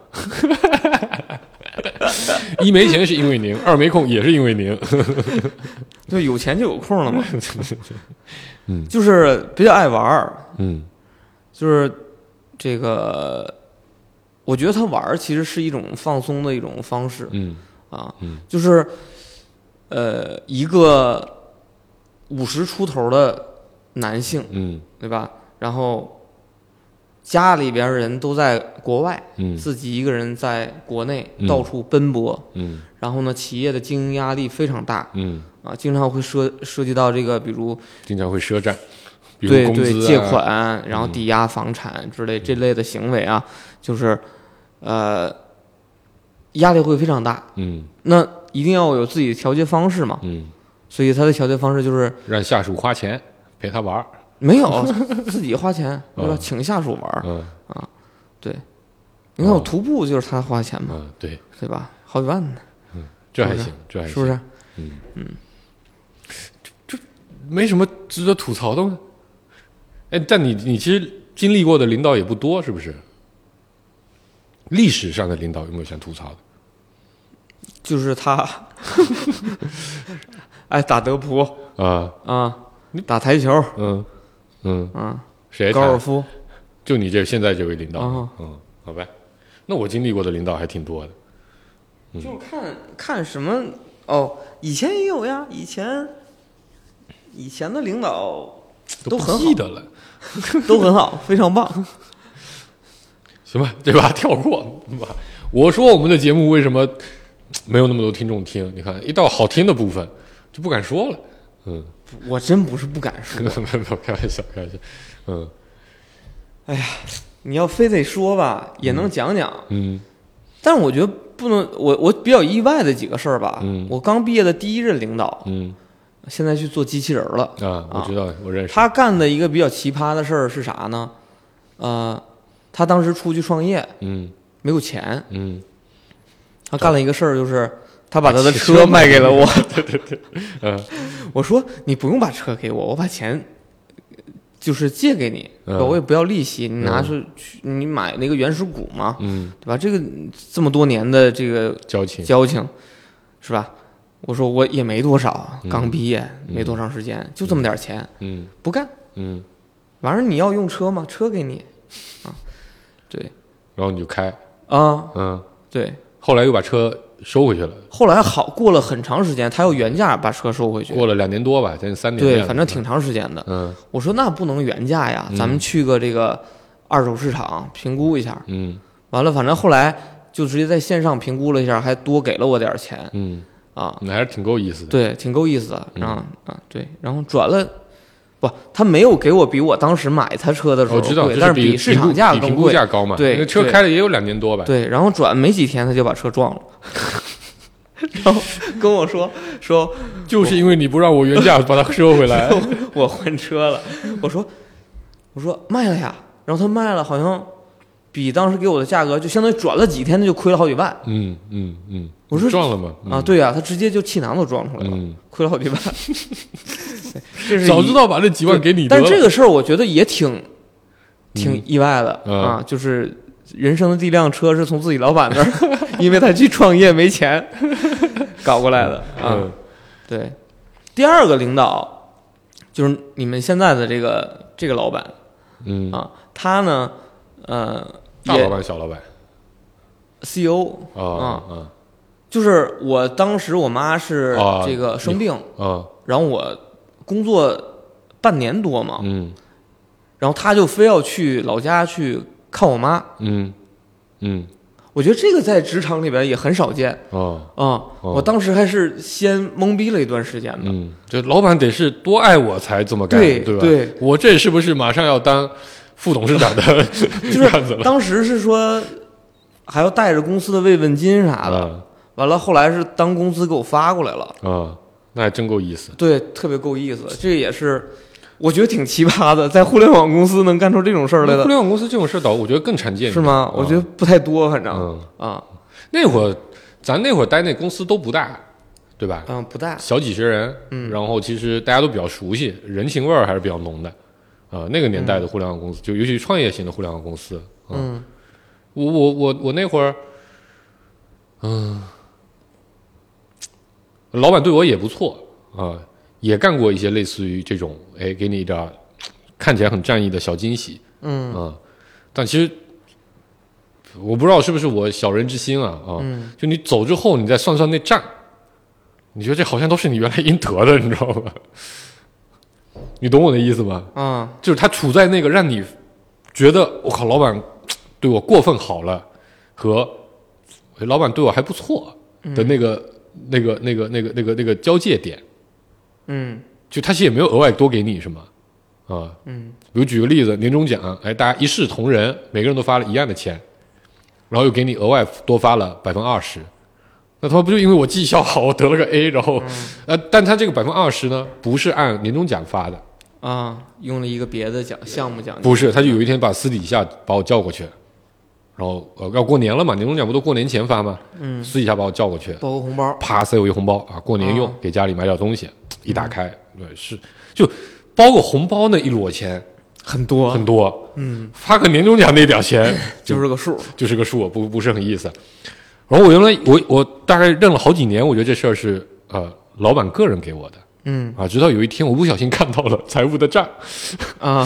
一没钱是因为您，二没空也是因为您。 对，有钱就有空了嘛。嗯，就是比较爱玩儿， 嗯， 就是这个，我觉得他玩儿其实是一种放松的一种方式。 嗯啊， 嗯就是呃，一个五十出头的男性， 嗯对吧？然后家里边人都在国外， 嗯自己一个人在国内嗯到处奔波， 嗯然后呢，企业的经营压力非常大， 嗯， 啊，经常会涉涉及到这个，比如经常会赊债，比如对工资、啊、 对借款，然后抵押房产之类、 嗯、 这类的行为啊，就是呃压力会非常大。 嗯， 那一定要有自己的调节方式嘛。 嗯， 所以他的调节方式就是让下属花钱陪他玩， 没有自己花钱，对吧？ 嗯、 请下属玩， 嗯啊，对。你看我徒步就是他花钱嘛， 嗯，对， 对吧？好几万呢。 嗯，这还行，这还行， 是不是？ 嗯嗯，这这没什么值得吐槽的吗？哎，但你你其实经历过的领导也不多，是不是？历史上的领导有没有想吐槽的？ 就是他，哎，打德扑啊啊，打台球， 嗯嗯嗯， 谁？ 高尔夫， 就你这现在这位领导， 啊、 嗯，好吧。那我经历过的领导还挺多的。嗯、 就看看什么哦，以前也有呀，以前以前的领导都很好， 记得了， 都很好，非常棒。 行吧，对吧？跳过吧。我说我们的节目为什么没有那么多听众听？你看，一到好听的部分就不敢说了。嗯， 我真不是不敢说， 开玩笑，开玩笑。嗯， 哎呀，你要非得说吧，也能讲讲。 嗯， 但是我觉得不能，我我比较意外的几个事儿吧。 嗯， 我刚毕业的第一任领导， 嗯， 现在去做机器人了。 啊，我知道， 啊、 我认识。 他干的一个比较奇葩的事儿是啥呢？呃，他当时出去创业， 嗯， 没有钱， 嗯， 他干了一个事儿，就是他把他的车卖给了我。 对对对，嗯， 我说你不用把车给我，我把钱就是借给你， 嗯、 我也不要利息，你拿去、嗯、你买那个原始股嘛， 嗯， 对吧？这个这么多年的这个交情， 交情，是吧？我说我也没多少， 嗯、 刚毕业、嗯、没多长时间，就这么点钱， 嗯， 不干， 嗯， 完事你要用车吗？车给你，啊，对， 然后你就开， 啊， 嗯， 对， 后来又把车收回去了。 后来好过了很长时间，他要原价把车收回去， 过了两年多吧，将近三年。 对，反正挺长时间的。 嗯， 我说那不能原价呀，咱们去个这个二手市场评估一下。 嗯， 完了，反正后来就直接在线上评估了一下，还多给了我点钱。 嗯， 啊， 那还是挺够意思的。 对，挺够意思的。然后、嗯、啊，对，然后转了不，他没有给我比我当时买他车的时候贵， 我知道， 但是比市场价更贵，评估价高嘛。 对， 那车开了也有两年多吧。 对，然后转没几天他就把车撞了，然后跟我说说， 就是因为你不让我原价把它收回来， 我换车了。我说我说卖了呀，然后他卖了，好像比当时给我的价格就相当于转了几天，他就亏了好几万。 嗯嗯嗯， 我说撞了吗？ 嗯、啊，对呀、啊，他直接就气囊都撞出来了， 嗯、 亏了好几万。这是早知道把这几万给你得了。 但这个事儿我觉得也挺挺意外的、 嗯、 啊，就是人生的第一辆车是从自己老板那儿，因为他去创业没钱搞过来的啊。 嗯、 对，第二个领导就是你们现在的这个这个老板， 嗯啊，他呢，呃， 大老板小老板 C E O 啊啊、 啊， 就是我当时我妈是这个生病啊， 然后我工作半年多嘛， 嗯， 然后他就非要去老家去看我妈， 嗯嗯， 我觉得这个在职场里边也很少见哦啊、哦，我当时还是先懵逼了一段时间的， 嗯，这老板得是多爱我才这么干， 对对吧？ 对， 我这是不是马上要当副董事长的就是样子了？ 当时是说还要带着公司的慰问金啥的， 啊、 完了后来是当工资给我发过来了， 啊，那还真够意思， 对，特别够意思，这也是。我觉得挺奇葩的，在互联网公司能干出这种事儿来的。 互联网公司这种事儿，倒我觉得更常见， 是吗？ 嗯、 我觉得不太多，反正、 嗯、 啊， 那会儿咱那会儿待那公司都不大，对吧？ 嗯，不大， 小几十人， 嗯， 然后其实大家都比较熟悉，人情味儿还是比较浓的，啊、呃，那个年代的互联网公司，嗯、就尤其创业型的互联网公司，嗯， 嗯我我我我那会儿，嗯、呃，老板对我也不错啊。呃也干过一些类似于这种，哎，给你一点看起来很仗义的小惊喜， 嗯啊，但其实我不知道是不是我小人之心啊啊， 嗯、 就你走之后，你再算算那账，你觉得这好像都是你原来应得的，你知道吗？你懂我的意思吗？ 啊， 就是他处在那个让你觉得我靠，老板对我过分好了，和老板对我还不错的那个、嗯、那个那个那个那个那个交界点。 嗯， 就他其实也没有额外多给你什么，啊， 嗯， 比如举个例子，年终奖，哎，大家一视同仁，每个人都发了一样的钱，然后又给你额外多发了百分之二十，那他妈不就因为我绩效好，我得了个 A， 然后，嗯、呃，但他这个百分之二十呢，不是按年终奖发的， 啊，用了一个别的奖项目奖， 不是，他就有一天把私底下把我叫过去，然后呃要过年了嘛，年终奖不都过年前发吗？ 嗯， 私底下把我叫过去， 包个红包， 啪塞我一红包啊，过年用， 啊、 给家里买点东西。一打开，对，是就包个红包那一摞钱很多很多， 嗯， 发个年终奖那点钱就是个数， 就是个数，不不是很意思。然后我原来我我大概认了好几年，我觉得这事儿是呃老板个人给我的， 嗯啊，直到有一天我不小心看到了财务的账啊，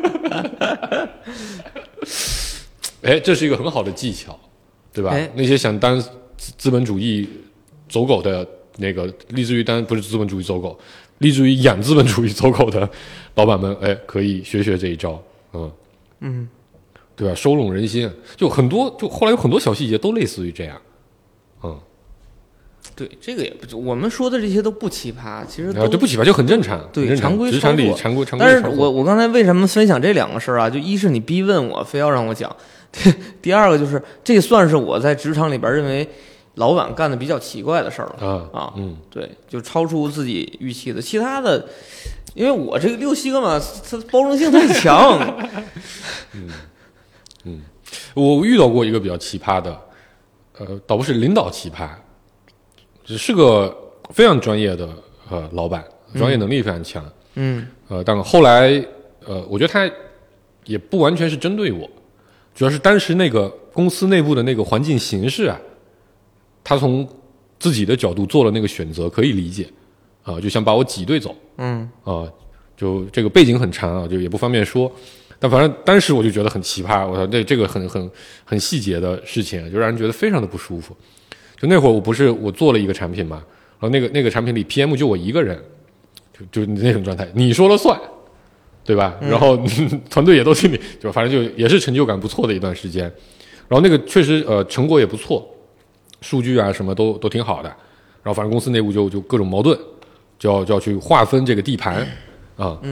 哎，这是一个很好的技巧，对吧？那些想当资本主义走狗的。那个立志于当不是资本主义走狗，立志于养资本主义走狗的老板们，哎，可以学学这一招，嗯嗯， 对吧？收拢人心，就很多，就后来有很多小细节都类似于这样，嗯， 对，这个也不，我们说的这些都不奇葩，其实都、 啊、这不奇葩，就很正常， 对， 正常常规职场里常规常规。 但是我我刚才为什么分享这两个事儿啊？就一是你逼问我，非要让我讲；第二个就是这算是我在职场里边认为。老板干的比较奇怪的事儿了啊啊， 嗯， 对，就超出自己预期的。其他的，因为我这个六西格玛，它包容性太强。 嗯嗯，我遇到过一个比较奇葩的，呃，倒不是领导奇葩，只是个非常专业的呃老板，专业能力非常强。 嗯， 呃，但后来呃，我觉得他也不完全是针对我，主要是当时那个公司内部的那个环境形势啊。他从自己的角度做了那个选择，可以理解，啊、呃，就想把我挤兑走， 嗯， 啊、呃，就这个背景很长啊，就也不方便说，但反正当时我就觉得很奇葩，我说这这个很很很细节的事情，就让人觉得非常的不舒服。就那会儿我不是我做了一个产品嘛，然后那个那个产品里 P M 就我一个人，就就那种状态，你说了算，对吧？ 嗯、 然后团队也都听你，就反正就也是成就感不错的一段时间，然后那个确实呃成果也不错。数据啊什么都都挺好的，然后反正公司内部就就各种矛盾，就要就要去划分这个地盘啊， 嗯，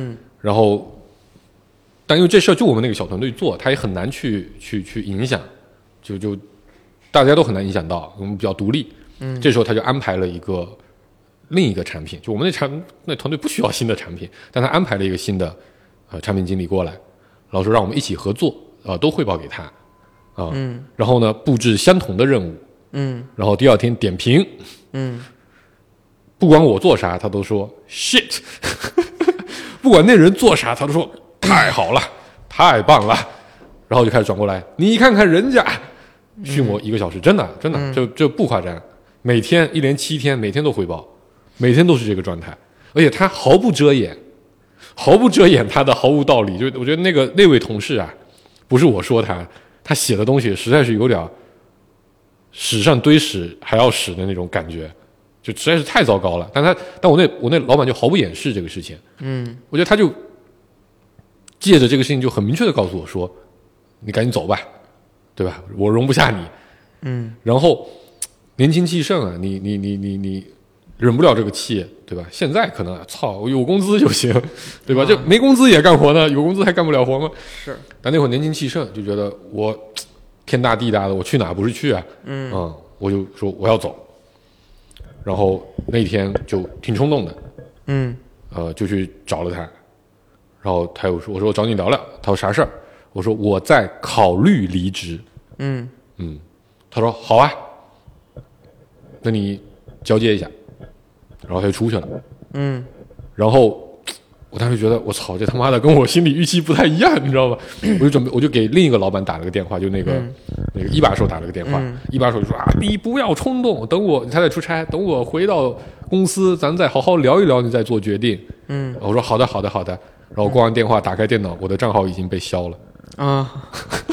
然后，但因为这事儿就我们那个小团队做，他也很难去去去影响，就就大家都很难影响到，我们比较独立。嗯，这时候他就安排了一个另一个产品，就我们那产那团队不需要新的产品，但他安排了一个新的呃产品经理过来，然后说让我们一起合作，啊、呃，都汇报给他，啊、呃，嗯，然后呢布置相同的任务，嗯，然后第二天点评，嗯，不管我做啥，他都说 shit， 不管那人做啥，他都说太好了，太棒了，然后就开始转过来，你看看人家。训我一个小时，真的真的，这这不夸张，每天一连七天，每天都汇报，每天都是这个状态，而且他毫不遮掩，毫不遮掩他的毫无道理。就我觉得那个那位同事啊，不是我说他，他写的东西实在是有点史上堆屎还要屎的那种感觉，就实在是太糟糕了。但他但我那我那老板就毫不掩饰这个事情，嗯，我觉得他就借着这个事情就很明确的告诉我说，你赶紧走吧。对吧？我容不下你，嗯，然后年轻气盛啊，你你你你你忍不了这个气，对吧？现在可能操，我有工资就行，对吧？这、啊、没工资也干活呢，有工资还干不了活吗？ 是。 但那会儿年轻气盛，就觉得我天大地大的，我去哪不是去啊？嗯啊、嗯，我就说我要走，然后那天就挺冲动的，嗯，呃，就去找了他，然后他又说，我说我找你聊聊，他说啥事儿？我说我在考虑离职，嗯嗯，他说好啊，那你交接一下，然后他就出去了，嗯，然后我当时觉得我操，这他妈的跟我心里预期不太一样，你知道吧？我就准备我就给另一个老板打了个电话，就那个、嗯、那个一把手打了个电话，嗯、一把手就说啊，你不要冲动，等我他在出差，等我回到公司，咱再好好聊一聊，你再做决定。嗯，我说好的好的好的，然后挂完电话，打开电脑，我的账号已经被消了。啊，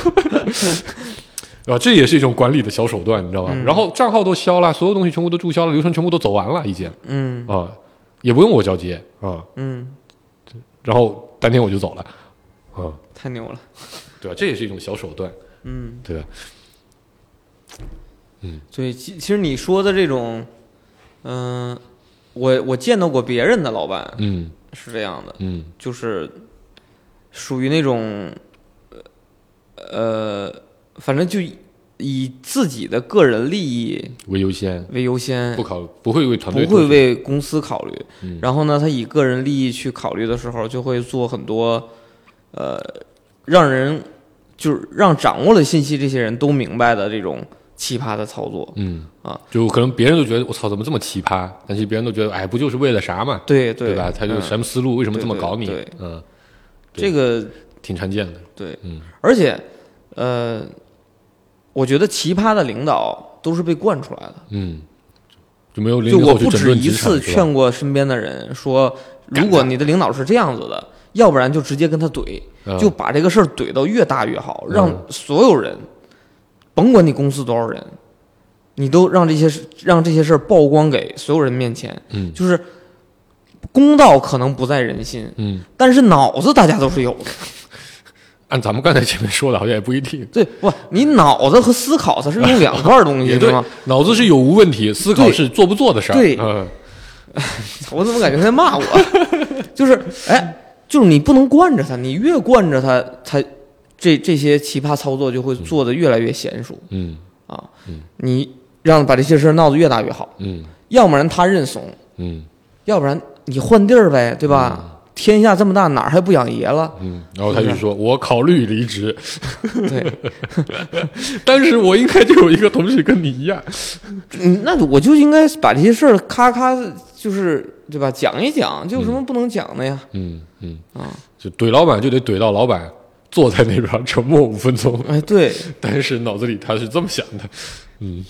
啊，这也是一种管理的小手段，你知道吧？嗯、然后账号都消了，所有东西全部都注销了，流程全部都走完了，已经，嗯啊，也不用我交接啊，嗯，然后当天我就走了，啊， 太牛了， 对吧？这也是一种小手段，嗯，对吧？ 嗯，对，其其实你说的这种，嗯、呃，我我见到过别人的老板，嗯，是这样的，嗯，就是属于那种。呃，反正就以自己的个人利益为优先， 为优先， 不考不会为团队， 不会为公司考虑。嗯、然后呢，他以个人利益去考虑的时候，就会做很多呃，让人就是让掌握了信息这些人都明白的这种奇葩的操作。嗯啊， 就可能别人都觉得我操怎么这么奇葩，但是别人都觉得哎，不就是为了啥嘛？ 对对， 对吧？他就什么思路？ 嗯、 为什么这么搞你？ 对对对嗯， 这个挺常见的。 对， 嗯， 而且。呃，我觉得奇葩的领导都是被惯出来的。 嗯，就没有就我不止一次劝过身边的人说，如果你的领导是这样子的，要不然就直接跟他怼，嗯、就把这个事儿怼到越大越好，让所有人，嗯、甭管你公司多少人，你都让这些让这些事儿曝光给所有人面前。嗯，就是公道可能不在人心，嗯，但是脑子大家都是有的。 按咱们刚才前面说的，好像也不一定。 对，不，你脑子和思考它是用两块东西， 对吗？ 脑子是有无问题，思考是做不做的事儿。 对， 嗯， 我怎么感觉他在骂我？就是，哎，就是你不能惯着他，你越惯着他，他这这些奇葩操作就会做得越来越娴熟。嗯啊，嗯，你让把这些事闹得越大越好。嗯，要不然他认怂。嗯，要不然你换地儿呗，对吧？嗯，天下这么大，哪儿还不养爷了？ 嗯，然后他就说：“我考虑离职。” 对， 但是我应该就有一个同事跟你一样， 嗯，那我就应该把这些事儿咔咔，就是对吧？讲一讲，就有什么不能讲的呀？ 嗯嗯啊，就怼老板就得怼到老板坐在那边沉默五分钟。 哎，对， 但是脑子里他是这么想的，嗯。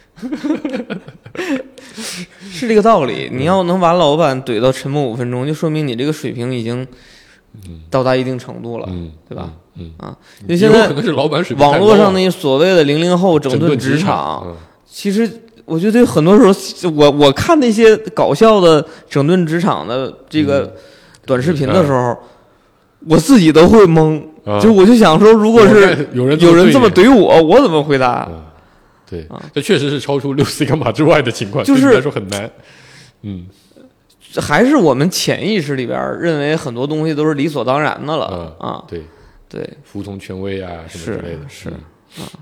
是这个道理。你要能把老板怼到沉默五分钟，就说明你这个水平已经到达一定程度了，嗯、对吧？ 嗯啊，就现在可能是老板水平网络上那些所谓的零零后整顿职场，嗯、其实我觉得很多时候，我我看那些搞笑的整顿职场的这个短视频的时候，嗯、我自己都会懵。嗯、就我就想说，如果是有人有人这么怼我，我怎么回答？ 嗯对，这确实是超出六 C 伽马之外的情况， 就是对你来说很难。嗯， 还是我们潜意识里边认为很多东西都是理所当然的了、 嗯、 啊。 对对， 服从权威啊什么之类的。 是是、 嗯、啊。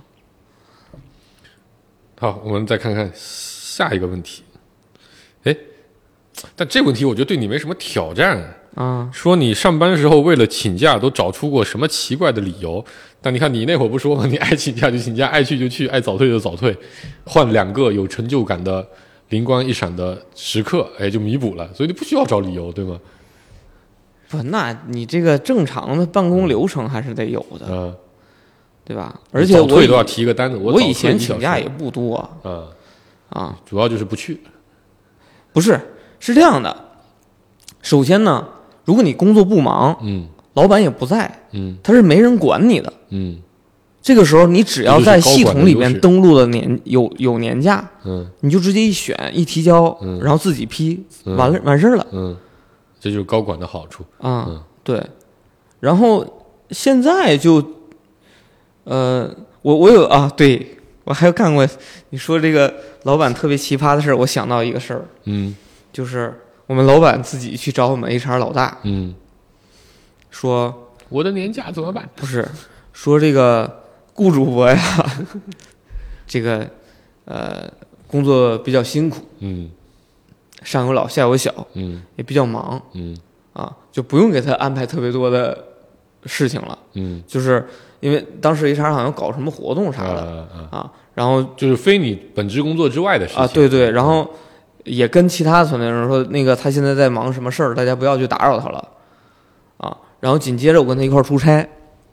好，我们再看看下一个问题。哎，但这个问题我觉得对你没什么挑战啊。 说你上班时候为了请假都找出过什么奇怪的理由？但你看你那会儿不说吗？你爱请假就请假，爱去就去，爱早退就早退，换两个有成就感的灵光一闪的时刻，哎，就弥补了，所以你不需要找理由，对吗？ 不，那你这个正常的办公流程还是得有的， 嗯， 对吧？而且我早退都要提个单子，我我以前请假也不多啊， 嗯啊， 主要就是不去。 不是，是这样的。首先呢，如果你工作不忙， 嗯， 老板也不在， 嗯， 他是没人管你的， 嗯， 这个时候你只要在系统里面登录的年有有年假， 嗯， 你就直接一选一提交， 嗯， 然后自己批， 嗯、 完了完事儿了， 嗯，这就是高管的好处啊、 嗯， 对。然后现在就，呃，我我有啊，对我还有干过。你说这个老板特别奇葩的事儿，我想到一个事儿， 嗯， 就是我们老板自己去找我们 H R 老大， 嗯， 说我的年假怎么办？ 不是，说这个顾主播呀，这个呃工作比较辛苦， 嗯， 上有老下有小， 嗯， 也比较忙， 嗯， 啊，就不用给他安排特别多的事情了， 嗯， 就是因为当时 H R 好像搞什么活动啥的、 啊啊啊，然后就是非你本职工作之外的事情啊，对对，然后也跟其他团队人说，那个他现在在忙什么事儿，大家不要去打扰他了，啊，然后紧接着我跟他一块儿出差，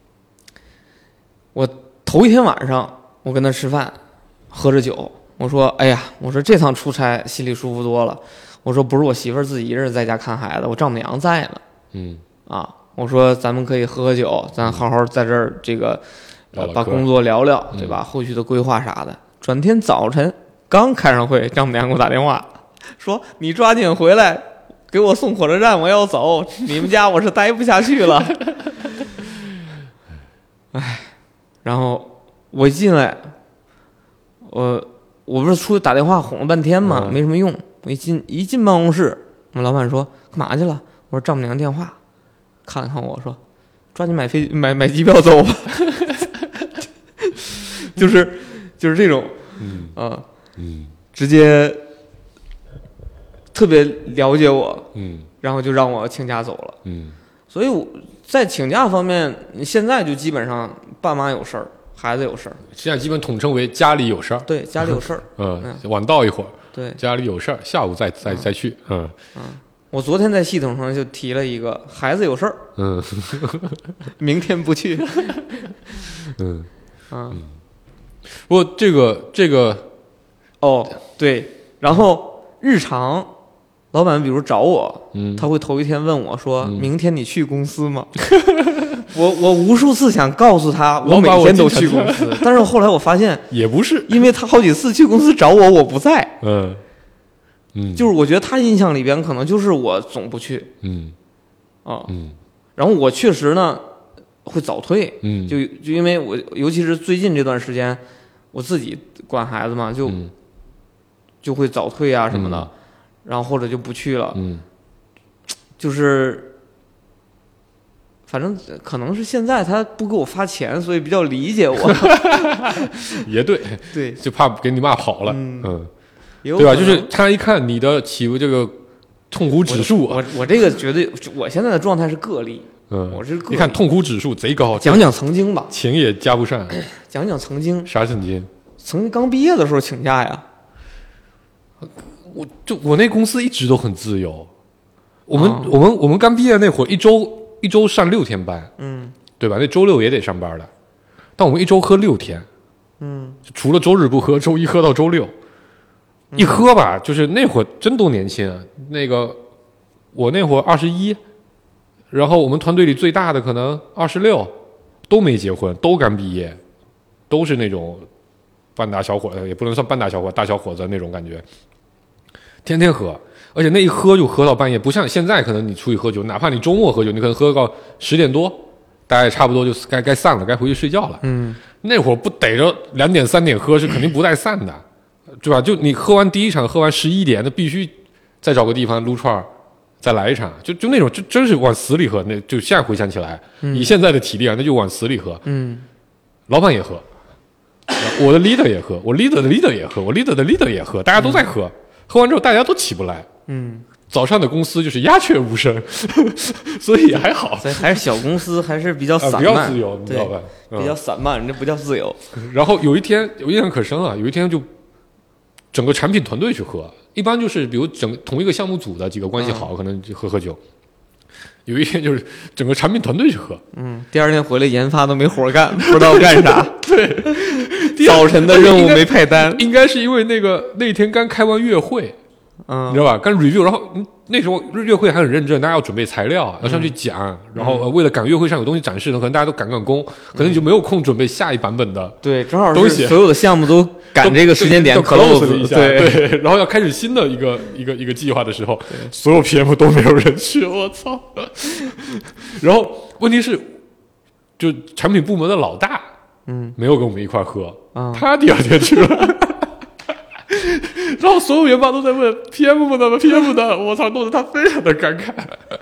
我头一天晚上我跟他吃饭，喝着酒，我说，哎呀，我说这趟出差心里舒服多了，我说不是我媳妇儿自己一人在家看孩子，我丈母娘在呢， 嗯， 啊，我说咱们可以喝喝酒，咱好好在这儿这个、 嗯、 呃把工作聊聊，对吧？ 嗯、 后续的规划啥的。转天早晨刚开上会，丈母娘给我打电话说：“你抓紧回来，给我送火车站，我要走。你们家我是待不下去了。”哎，然后我一进来，我我不是出去打电话哄了半天嘛， 嗯、 没什么用。我一进一进办公室，我们老板说：“干嘛去了？”我说：“丈母娘电话。”看了看我说：“抓紧买飞买买机票走吧。”就是就是这种， 嗯啊， 嗯， 直接特别了解我， 嗯， 然后就让我请假走了， 嗯， 所以我在请假方面，现在就基本上爸妈有事儿，孩子有事儿， 现在基本统称为家里有事儿， 对，家里有事儿， 嗯，晚到一会儿， 对， 家里有事儿，下午再再再去，嗯嗯。我昨天在系统上就提了一个孩子有事儿， 嗯， 明天不去， 嗯啊， 嗯，不过这个这个， 哦对，然后日常老板比如找我， 嗯， 他会头一天问我说：“ 嗯、 明天你去公司吗？”我我无数次想告诉他， 我每天都去公司，但是后来我发现也不是， 因为他好几次去公司找我，我不在， 嗯。嗯， 就是我觉得他印象里边可能就是我总不去， 嗯， 啊， 嗯， 然后我确实呢会早退， 嗯， 就就因为我尤其是最近这段时间，我自己管孩子嘛，就、 嗯、 就会早退啊什么的， 嗯、 然后或者就不去了， 嗯， 就是反正可能是现在他不给我发钱，所以比较理解我， 也对， 对， 就怕给你骂跑了， 嗯。 嗯对吧？就是他一看你的起这个痛苦指数， 我我, 我这个绝对，我现在的状态是个例， 嗯， 我是个例。 你看痛苦指数贼高， 讲讲曾经吧， 情也加不上。 讲讲曾经， 啥曾经？ 曾经刚毕业的时候请假呀， 我就我那公司一直都很自由，我们、 啊、 我们我们刚毕业那会儿，一周一周上六天班， 嗯， 对吧？那周六也得上班的，但我们一周喝六天， 嗯， 除了周日不喝，周一喝到周六。一喝吧，就是那会儿真都年轻啊。那个我那会儿二十一，然后我们团队里最大的可能二十六，都没结婚，都刚毕业，都是那种半大小伙子，也不能算半大小伙，大小伙子那种感觉。天天喝，而且那一喝就喝到半夜，不像现在可能你出去喝酒，哪怕你周末喝酒，你可能喝到十点多，大概差不多就该该散了，该回去睡觉了。 嗯， 那会儿不逮着两点三点喝是肯定不带散的。对吧？就你喝完第一场，喝完十一点，那必须再找个地方撸串再来一场，就就那种就真是往死里喝，那就现在回想起来， 嗯、 以现在的体力啊，那就往死里喝。 嗯， 老板也喝，我的 leader 也喝，我 leader 的 leader 也喝，我 leader 的 leader 也喝，大家都在喝。嗯、喝完之后大家都起不来。 嗯， 早上的公司就是鸦雀无声，所以还好。 所以还是小公司还是比较散漫， 啊、比较自由，你知道吧？ 比较散漫，这不叫自由。 然后有一天，我印象可深了，有一天就整个产品团队去喝。一般就是比如整同一个项目组的几个关系好，嗯、可能就喝喝酒。有一天就是整个产品团队去喝， 嗯，第二天回来研发都没活干，不知道干啥。 对， 早晨的任务没派单， 应该是因为那个那天刚开完月会，嗯，你知道吧？刚 review， 然后那时候月会还很认真，大家要准备材料，要上去讲，嗯、然后、呃、为了赶月会上有东西展示呢，可能大家都赶赶工，可能就没有空准备下一版本的东西。 对，正好是所有的项目都赶这个时间点 close 了一下， 对对，然后要开始新的一个一个一个计划的时候，所有 P M 都没有人去，我操！然后问题是，就产品部门的老大，嗯，没有跟我们一块喝，嗯、他第二天去了。然后所有研发都在问 P M 的 P M 的，我操，弄得他非常的尴尬。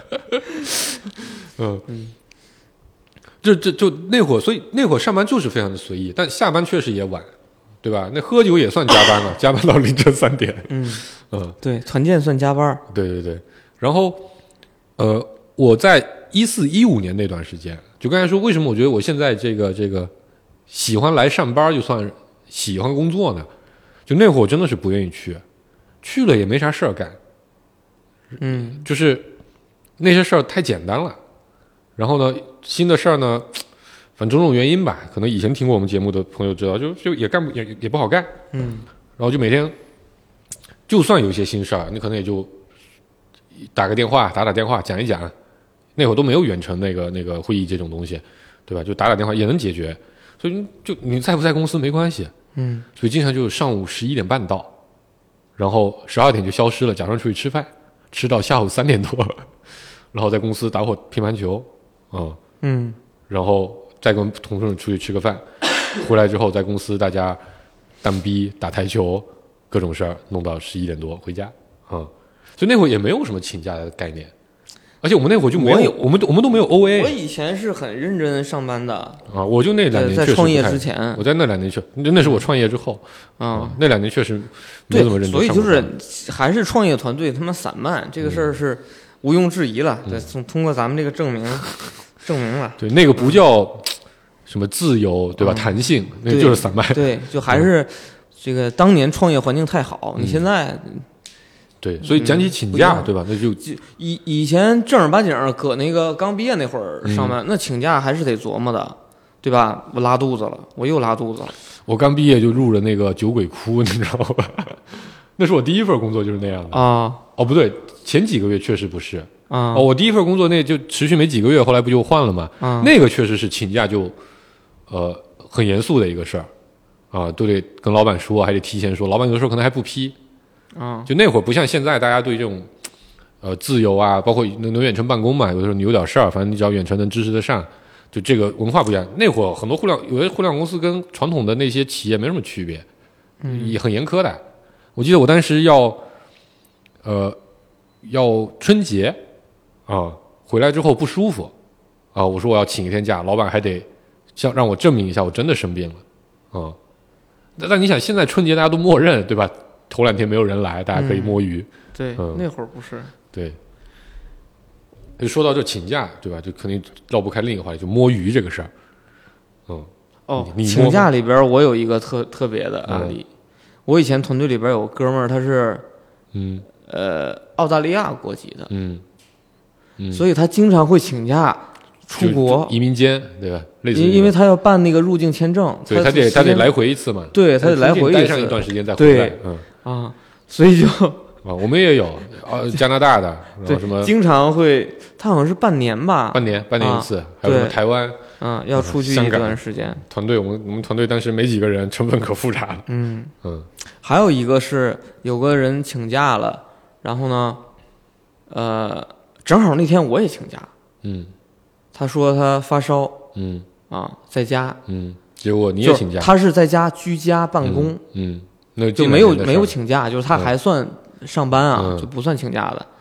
嗯嗯，就就就那会儿，所以那会儿上班就是非常的随意，但下班确实也晚，对吧？那喝酒也算加班了，加班到凌晨三点。 嗯嗯，对，团建算加班。 对对对，然后呃，我在一四一五年那段时间，就刚才说为什么我觉得我现在这个这个喜欢来上班，就算喜欢工作呢？就那会儿我真的是不愿意去，去了也没啥事儿干， 嗯， 就是那些事儿太简单了。然后呢，新的事儿呢，反正种种原因吧，可能以前听过我们节目的朋友知道，就就也干不也也不好干， 嗯。 然后就每天，就算有一些新事儿，你可能也就打个电话，打打电话讲一讲。那会儿都没有远程那个那个会议这种东西，对吧？就打打电话也能解决，所以就你在不在公司没关系。 嗯， 所以经常就上午十一点半到，然后十二点就消失了，假装出去吃饭，吃到下午三点多，然后在公司打会乒乓球，嗯嗯， 然后再跟同事们出去吃个饭，回来之后在公司大家单逼打台球，各种事儿弄到十一点多回家，嗯，所以那会儿也没有什么请假的概念。而且我们那会儿就没有，我们我们都没有 O A。 我以前是很认真上班的啊，我就那两年在创业之前， 我在那两年去，那是我创业之后啊，那两年确实没怎么认真上班。 所以就是还是创业团队他妈散漫，这个事儿是毋庸置疑了。对，通通过咱们这个证明证明了。 对，那个不叫什么自由，对吧？弹性，那就是散漫。 对，就还是这个当年创业环境太好，你现在。 对，所以讲起请假， 嗯、 对吧？那就以以前正儿八经搁那个刚毕业那会儿上班，嗯、那请假还是得琢磨的，对吧？我拉肚子了，我又拉肚子了。 我刚毕业就入了那个酒鬼窟，你知道吧？那是我第一份工作，就是那样的啊。 哦，不对，前几个月确实不是啊。 哦，我第一份工作那就持续没几个月，后来不就换了吗？ 啊， 那个确实是请假就呃很严肃的一个事儿啊，都得跟老板说，还得提前说，老板有的时候可能还不批。 啊， 就那会儿不像现在，大家对这种，呃，自由啊，包括能能远程办公嘛，有的时候你有点事儿，反正你只要远程能支持得上，就这个文化不一样。那会儿很多互联有些互联网公司跟传统的那些企业没什么区别， 嗯， 也很严苛的。我记得我当时要，呃，要春节啊，回来之后不舒服啊，我说我要请一天假，老板还得像让我证明一下我真的生病了啊。但但你想，现在春节大家都默认，对吧？头两天没有人来，大家可以摸鱼。 嗯、对、嗯，那会儿不是。 对。就说到这请假，对吧？就肯定绕不开另一个话题，就摸鱼这个事儿。嗯。 哦， 你请假里边我有一个特特别的案例。嗯、我以前团队里边有个哥们儿，他是， 嗯， 呃，澳大利亚国籍的。 嗯。嗯。 所以他经常会请假出国。 移民监，对吧？类似于。 因为他要办那个入境签证。 对，他得他得来回一次嘛。 对，他得来回一次。 待上一段时间再回来。嗯。 啊，所以就啊，我们也有啊，加拿大的，然后什么经常会，他好像是半年吧， 半年半年一次， 啊、 还有什么台湾， 嗯，要出去一段时间。 团队，我们我们团队当时没几个人，成本可复杂了。 嗯嗯， 还有一个是有个人请假了，然后呢，呃，正好那天我也请假， 嗯， 他说他发烧， 嗯啊，在家， 嗯，结果你也请假， 他是在家居家办公， 嗯。嗯，那就没有没有请假，就是他还算上班啊，嗯、就不算请假的。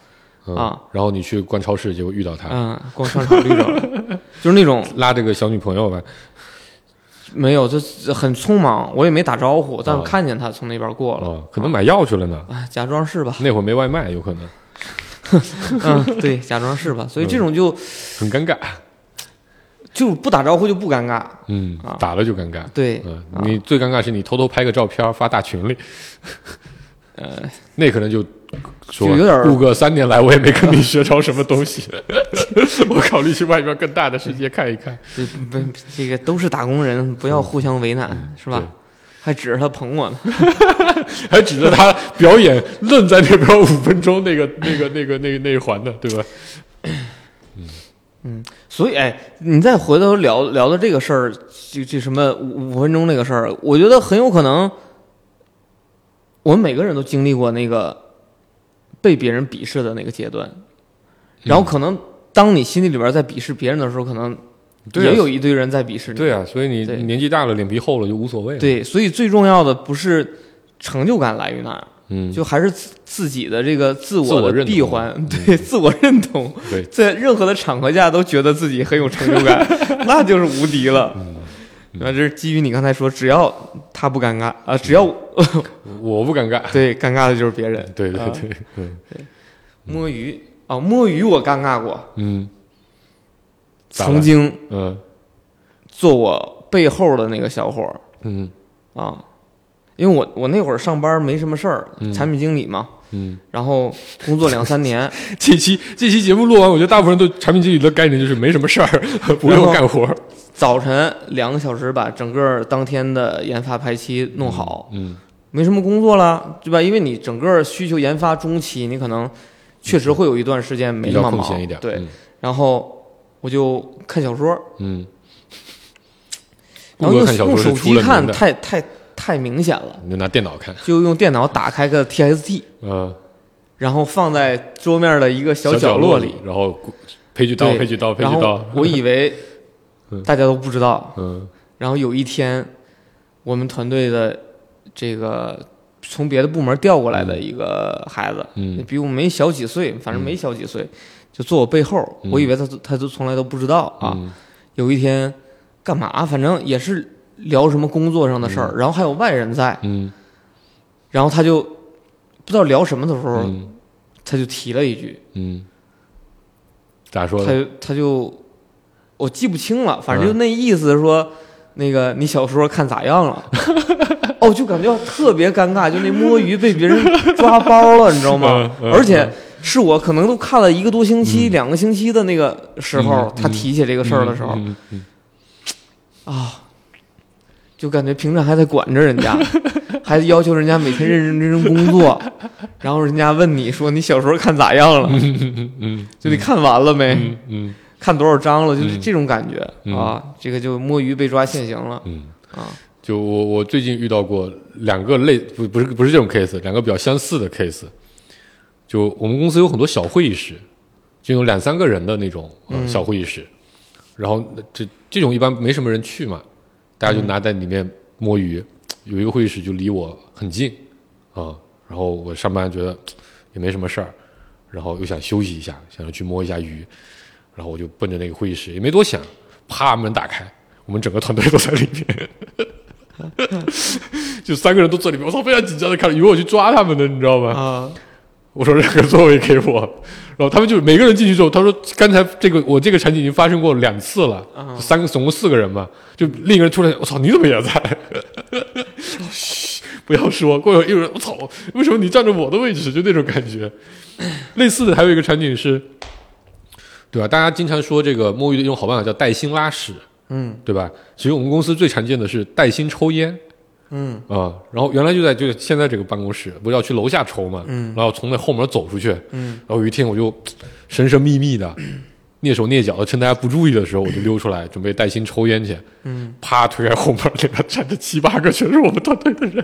嗯、 啊。 然后你去逛超市，结果遇到他， 嗯，逛商场遇着了，就是那种拉这个小女朋友吧。 没有，就很匆忙，我也没打招呼，但我看见他从那边过了， 哦，可能买药去了呢。 哎，假装是吧？ 那会儿没外卖，有可能。 嗯，对，假装是吧？所以这种就、 嗯、很尴尬， 就不打招呼就不尴尬。 嗯， 啊、 打了就尴尬。 对， 嗯，你最尴尬是你偷偷拍个照片发大群里，呃，那可能就说就有点顾个三年来我也没跟你学着什么东西，我考虑去外面更大的世界看一看。 对，不，这个都是打工人，不要互相为难，嗯、是吧？还指着他捧我呢， 还指着他表演愣在那边五分钟，那个那个那个那个那一环的，对吧？ 嗯嗯，所以哎，你再回头聊聊到这个事儿，这这什么五五分钟那个事儿，我觉得很有可能，我们每个人都经历过那个被别人鄙视的那个阶段，然后可能当你心里里边在鄙视别人的时候，可能也有一堆人在鄙视你。 对啊，所以你年纪大了，脸皮厚了就无所谓了。 对，所以最重要的不是成就感来于哪儿， 嗯， 就还是自自己的这个自我的闭环，对、嗯，自我认同。 对， 在任何的场合下都觉得自己很有成就感，那就是无敌了。 嗯， 那、嗯、这是基于你刚才说，只要他不尴尬啊、呃，只要我不尴尬， 对，尴尬的就是别人。 对对对， 啊、 嗯， 对，摸鱼啊、哦，摸鱼我尴尬过， 嗯。 曾经， 嗯， 做我背后的那个小伙儿， 嗯， 啊，因为我我那会儿上班没什么事儿、 嗯， 产品经理嘛， 嗯， 然后工作两三年， 这期这期节目录完，我觉得大部分人对产品经理的概念就是没什么事儿，不用干活。 早晨两个小时把整个当天的研发排期弄好， 嗯，嗯没什么工作了，对吧？因为你整个需求研发中期，你可能确实会有一段时间没那么忙， 一点对、 嗯， 然后。我就看小说， 嗯， 然后用用手机看太太太明显了， 你就拿电脑看， 就用电脑打开个 T X T， 嗯， 然后放在桌面的一个小角落里， 然后配句刀，配句刀，配句刀。 我以为大家都不知道， 嗯， 然后有一天，我们团队的这个从别的部门调过来的一个孩子， 嗯， 比我没小几岁，反正没小几岁。嗯就坐我背后， 嗯、 我以为他他都从来都不知道啊。 嗯、 有一天，干嘛？反正也是聊什么工作上的事儿、嗯，然后还有外人在， 嗯， 然后他就不知道聊什么的时候， 嗯、 他就提了一句， 嗯，咋说的？ 他他就我记不清了，反正就那意思是说，嗯、那个你小时候看咋样了？哦，就感觉特别尴尬，就那摸鱼被别人抓包了，你知道吗？ 嗯、 而且。是我可能都看了一个多星期、嗯、两个星期的那个时候， 嗯、 他提起这个事儿的时候， 嗯嗯嗯、啊，就感觉平常还在管着人家，还要求人家每天认认真真工作，然后人家问你说你小时候看咋样了？ 嗯嗯、 就你看完了没？ 嗯嗯、 看多少章了？就是这种感觉、 嗯、 啊，这个就摸鱼被抓现行了。 嗯啊， 就我我最近遇到过两个类不不是不是这种 case， 两个比较相似的 case。就我们公司有很多小会议室，就有两三个人的那种、呃、小会议室，嗯、然后这这种一般没什么人去嘛，大家就拿在里面摸鱼。嗯、有一个会议室就离我很近啊、呃，然后我上班觉得也没什么事儿，然后又想休息一下，想要去摸一下鱼，然后我就奔着那个会议室，也没多想，啪门打开，我们整个团队都在里面，就三个人都坐里面，我操，非常紧张的看，以为我去抓他们呢，你知道吗？ 啊。 我说任何座位给我，然后他们就每个人进去之后，他说刚才这个我这个场景已经发生过两次了， 嗯、 三个总共四个人嘛，就另一个人突然，我操，你怎么也在？嘘，不要说。过一会儿有人，我操，为什么你站着我的位置？就那种感觉。类似的还有一个场景是，对吧？大家经常说这个摸鱼的一种好办法叫带薪拉屎， 嗯， 对吧？其实我们公司最常见的是带薪抽烟。 嗯啊、呃，然后原来就在就现在这个办公室，不是要去楼下抽嘛， 嗯， 然后从那后门走出去， 嗯， 然后有一天我就神神秘秘的、嗯、蹑手蹑脚的，趁大家不注意的时候，我就溜出来准备带薪抽烟去， 嗯， 啪推开后门，里面站着七八个全是我们团队的人，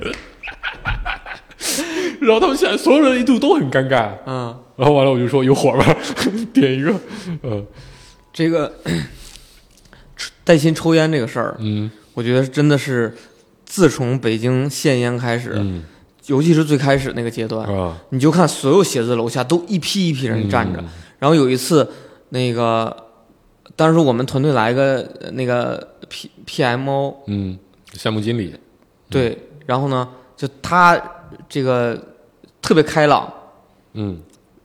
然后他们现在所有人一度都很尴尬， 嗯， 然后完了我就说有火吗？点一个，嗯， 这个带薪抽烟这个事儿， 嗯， 我觉得真的是。自从北京限烟开始， 嗯， 尤其是最开始那个阶段， 啊， 你就看所有写字楼下都一批一批人站着。 嗯、 然后有一次，那个当时我们团队来个那个 P P M O， 嗯，项目经理， 对， 嗯、 然后呢，就他这个特别开朗， 嗯，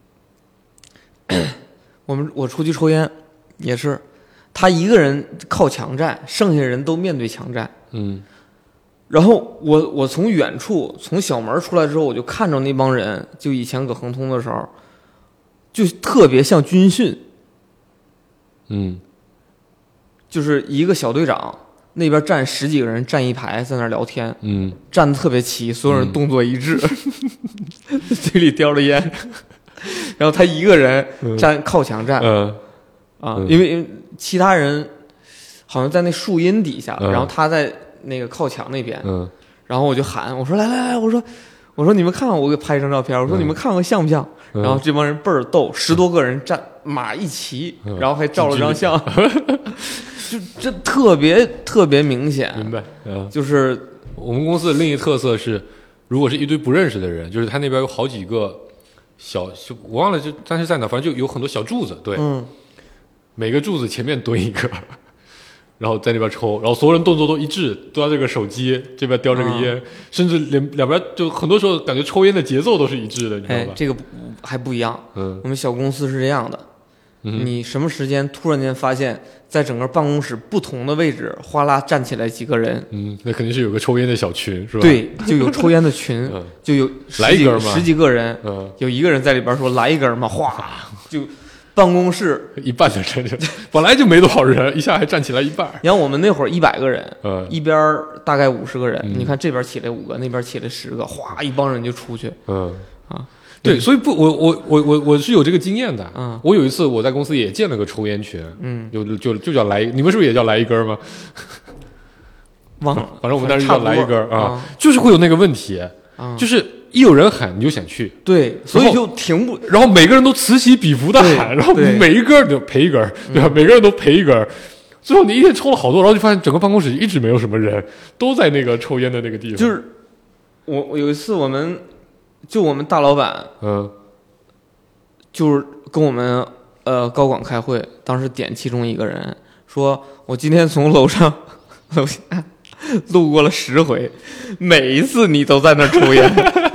我们我出去抽烟也是，他一个人靠墙站，剩下人都面对墙站， 嗯。 然后我我从远处从小门出来之后，我就看着那帮人，就以前搁恒通的时候，就特别像军训， 嗯， 就是一个小队长那边站十几个人站一排在那儿聊天， 嗯， 站得特别齐，所有人动作一致，嗯、嘴里叼着烟，然后他一个人站靠墙站， 嗯、 啊， 嗯、 因为因为其他人好像在那树荫底下， 嗯、 然后他在那个靠墙那边， 嗯， 然后我就喊我说来来来，我说我说你们看我给拍一张照片，我说你们看我像不像？ 嗯、 然后这帮人倍儿逗，十多个人站马一齐， 嗯、 然后还照了张相，就这特别特别明显。 明白，嗯， 就是我们公司的另一特色是，如果是一堆不认识的人，就是他那边有好几个小，我忘了就但是在哪，反正就有很多小柱子，对， 嗯， 每个柱子前面蹲一个。然后在那边抽，然后所有人动作都一致，都要这个手机这边叼这个烟，嗯、甚至连两边就很多时候感觉抽烟的节奏都是一致的，你知道吧？ 哎，这个还不一样。 嗯， 我们小公司是这样的，嗯、你什么时间突然间发现，在整个办公室不同的位置，哗啦站起来几个人， 嗯，那肯定是有个抽烟的小群，是吧？ 对，就有抽烟的群， 嗯、 就有来一根嘛， 十几个人， 嗯， 有一个人在里边说来一根嘛，哗，就。办公室一半的人，本来就没多少人，一下还站起来一半。 你看我们那会儿一百个人， 嗯， 一边大概五十个人， 嗯、 你看这边起来五个，那边起来十个，哗，一帮人就出去。 嗯啊， 对，所以不，我我我我我是有这个经验的。 嗯， 我有一次我在公司也建了个抽烟群， 嗯， 就就就叫来，你们是不是也叫来一根吗？ 忘了， 反正我们当时叫来一根啊， 啊就是会有那个问题， 啊、 就是一有人喊你就想去， 对，所以就停不， 然后每个人都此起彼伏的喊，然后每一根就赔一根，对吧？每个人都赔一根，最后你一天抽了好多，然后就发现整个办公室一直没有什么人，都在那个抽烟的那个地方。 就是我我有一次我们就我们大老板， 嗯， 就是跟我们呃高管开会，当时点其中一个人说，我今天从楼上楼下路过了十回，每一次你都在那儿抽烟。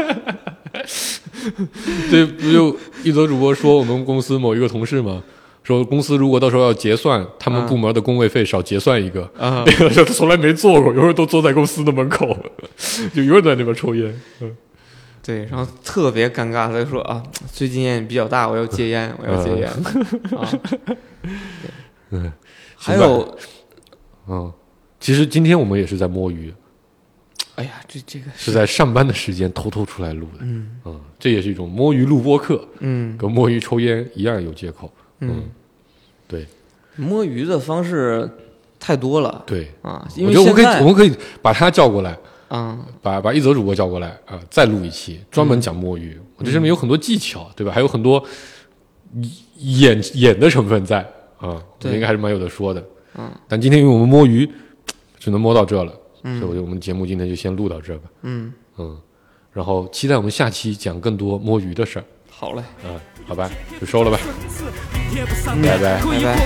这不就一则主播说我们公司某一个同事吗？说公司如果到时候要结算，他们部门的工位费少结算一个。啊，那个他从来没做过，有人都坐在公司的门口，就有人在那边抽烟。嗯， 对，然后特别尴尬，他就说啊，最近烟比较大，我要戒烟，我要戒烟。嗯、啊， 嗯， 还有， 嗯，其实今天我们也是在摸鱼。 哎呀，这这个是在上班的时间偷偷出来录的， 嗯嗯，这也是一种摸鱼录播课， 嗯， 跟摸鱼抽烟一样有借口，嗯，嗯对， 摸鱼的方式太多了， 对啊，因为我觉得我们可以我们可以把他叫过来， 啊、嗯， 把把一则主播叫过来啊、呃，再录一期专门讲摸鱼，我、嗯、这上面有很多技巧，对吧？还有很多演演的成分在啊，我觉得应该还是蛮有的说的， 嗯， 但今天因为我们摸鱼只能摸到这了。 嗯， 所以我觉得我们节目今天就先录到这吧。 嗯嗯，然后期待我们下期讲更多摸鱼的事儿。 好嘞， 嗯，好吧，就收了吧， 嗯、 拜拜， 拜拜。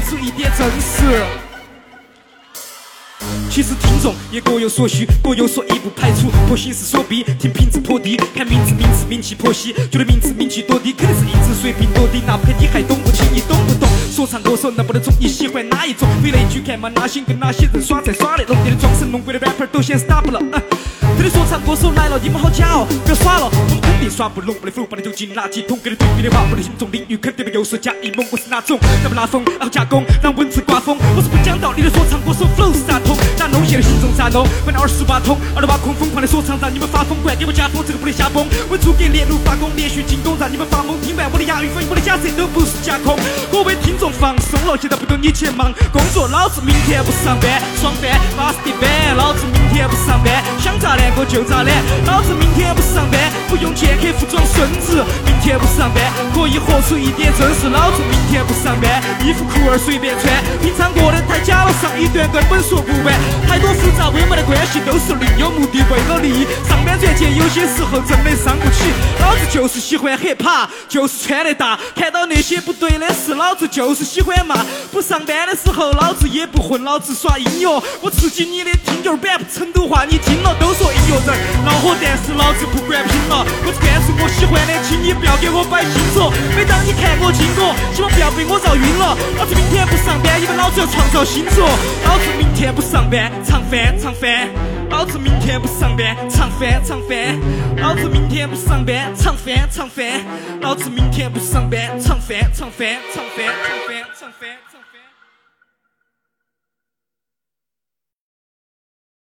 其实听众也各有所需，各有所异，不排除破形势所逼，听品质颇低，看名字名字名气颇稀，觉得名字名气多低，肯定是音质水平多低，哪怕你还懂不清，你懂不懂？说唱歌手能不能中，你喜欢哪一种？飞了一句看嘛，哪些跟哪些人耍才耍得拢？你的装神弄鬼的 rapper 都先 stop 了。嗯这里说唱歌手来了，你们好假哦，不要耍了，我们肯定耍不拢。我的 flow 把你丢进垃圾桶，给你对比的话，我的心中领域肯定没有色加一猛。我是那种那么拉风，然后加工，让文字刮风。我是不讲道理的说唱歌手 ，flow 是啥通？那弄些的心中啥弄？把那二十八通，二十八空疯狂的说唱让你们发疯，快给我加风，这个不能瞎崩。文出给列入发功，连续进攻让你们发懵。听完我的押韵分，我的假设都不是架空。各位听众放松了，现在不等你去忙工作，老子明天不上班，爽翻，巴适的板，老子明天不上班，想咋懒我就咋懒。老子明天不上班， 不用见客户装孙子。明天不上班，可以活出一点真实。老子明天不上班，衣服裤儿随便穿。平常过得太假了，上一段根本说不完。太多复杂微妙的关系都是另有目的，为了利益。上班赚钱有些时候真的伤不起。老子就是喜欢 hiphop， 就是穿得大。看到那些不对的事，老子就是喜欢骂。不上班的时候，老子也不混，老子耍音乐。我刺激你的听觉版，成都话你听了都说音乐人恼火，但是老子不管拼了。我只关注我喜欢的，请你不要给我摆星座。每当你看我经过，希望不要被我绕晕了。老子明天不上班，因为老子要创造星座。老子明天不上班，唱翻唱翻。老子明天不上班，唱翻唱翻。老子明天不上班，唱翻唱翻。老子明天不上班，唱翻唱翻唱翻唱翻唱翻唱翻。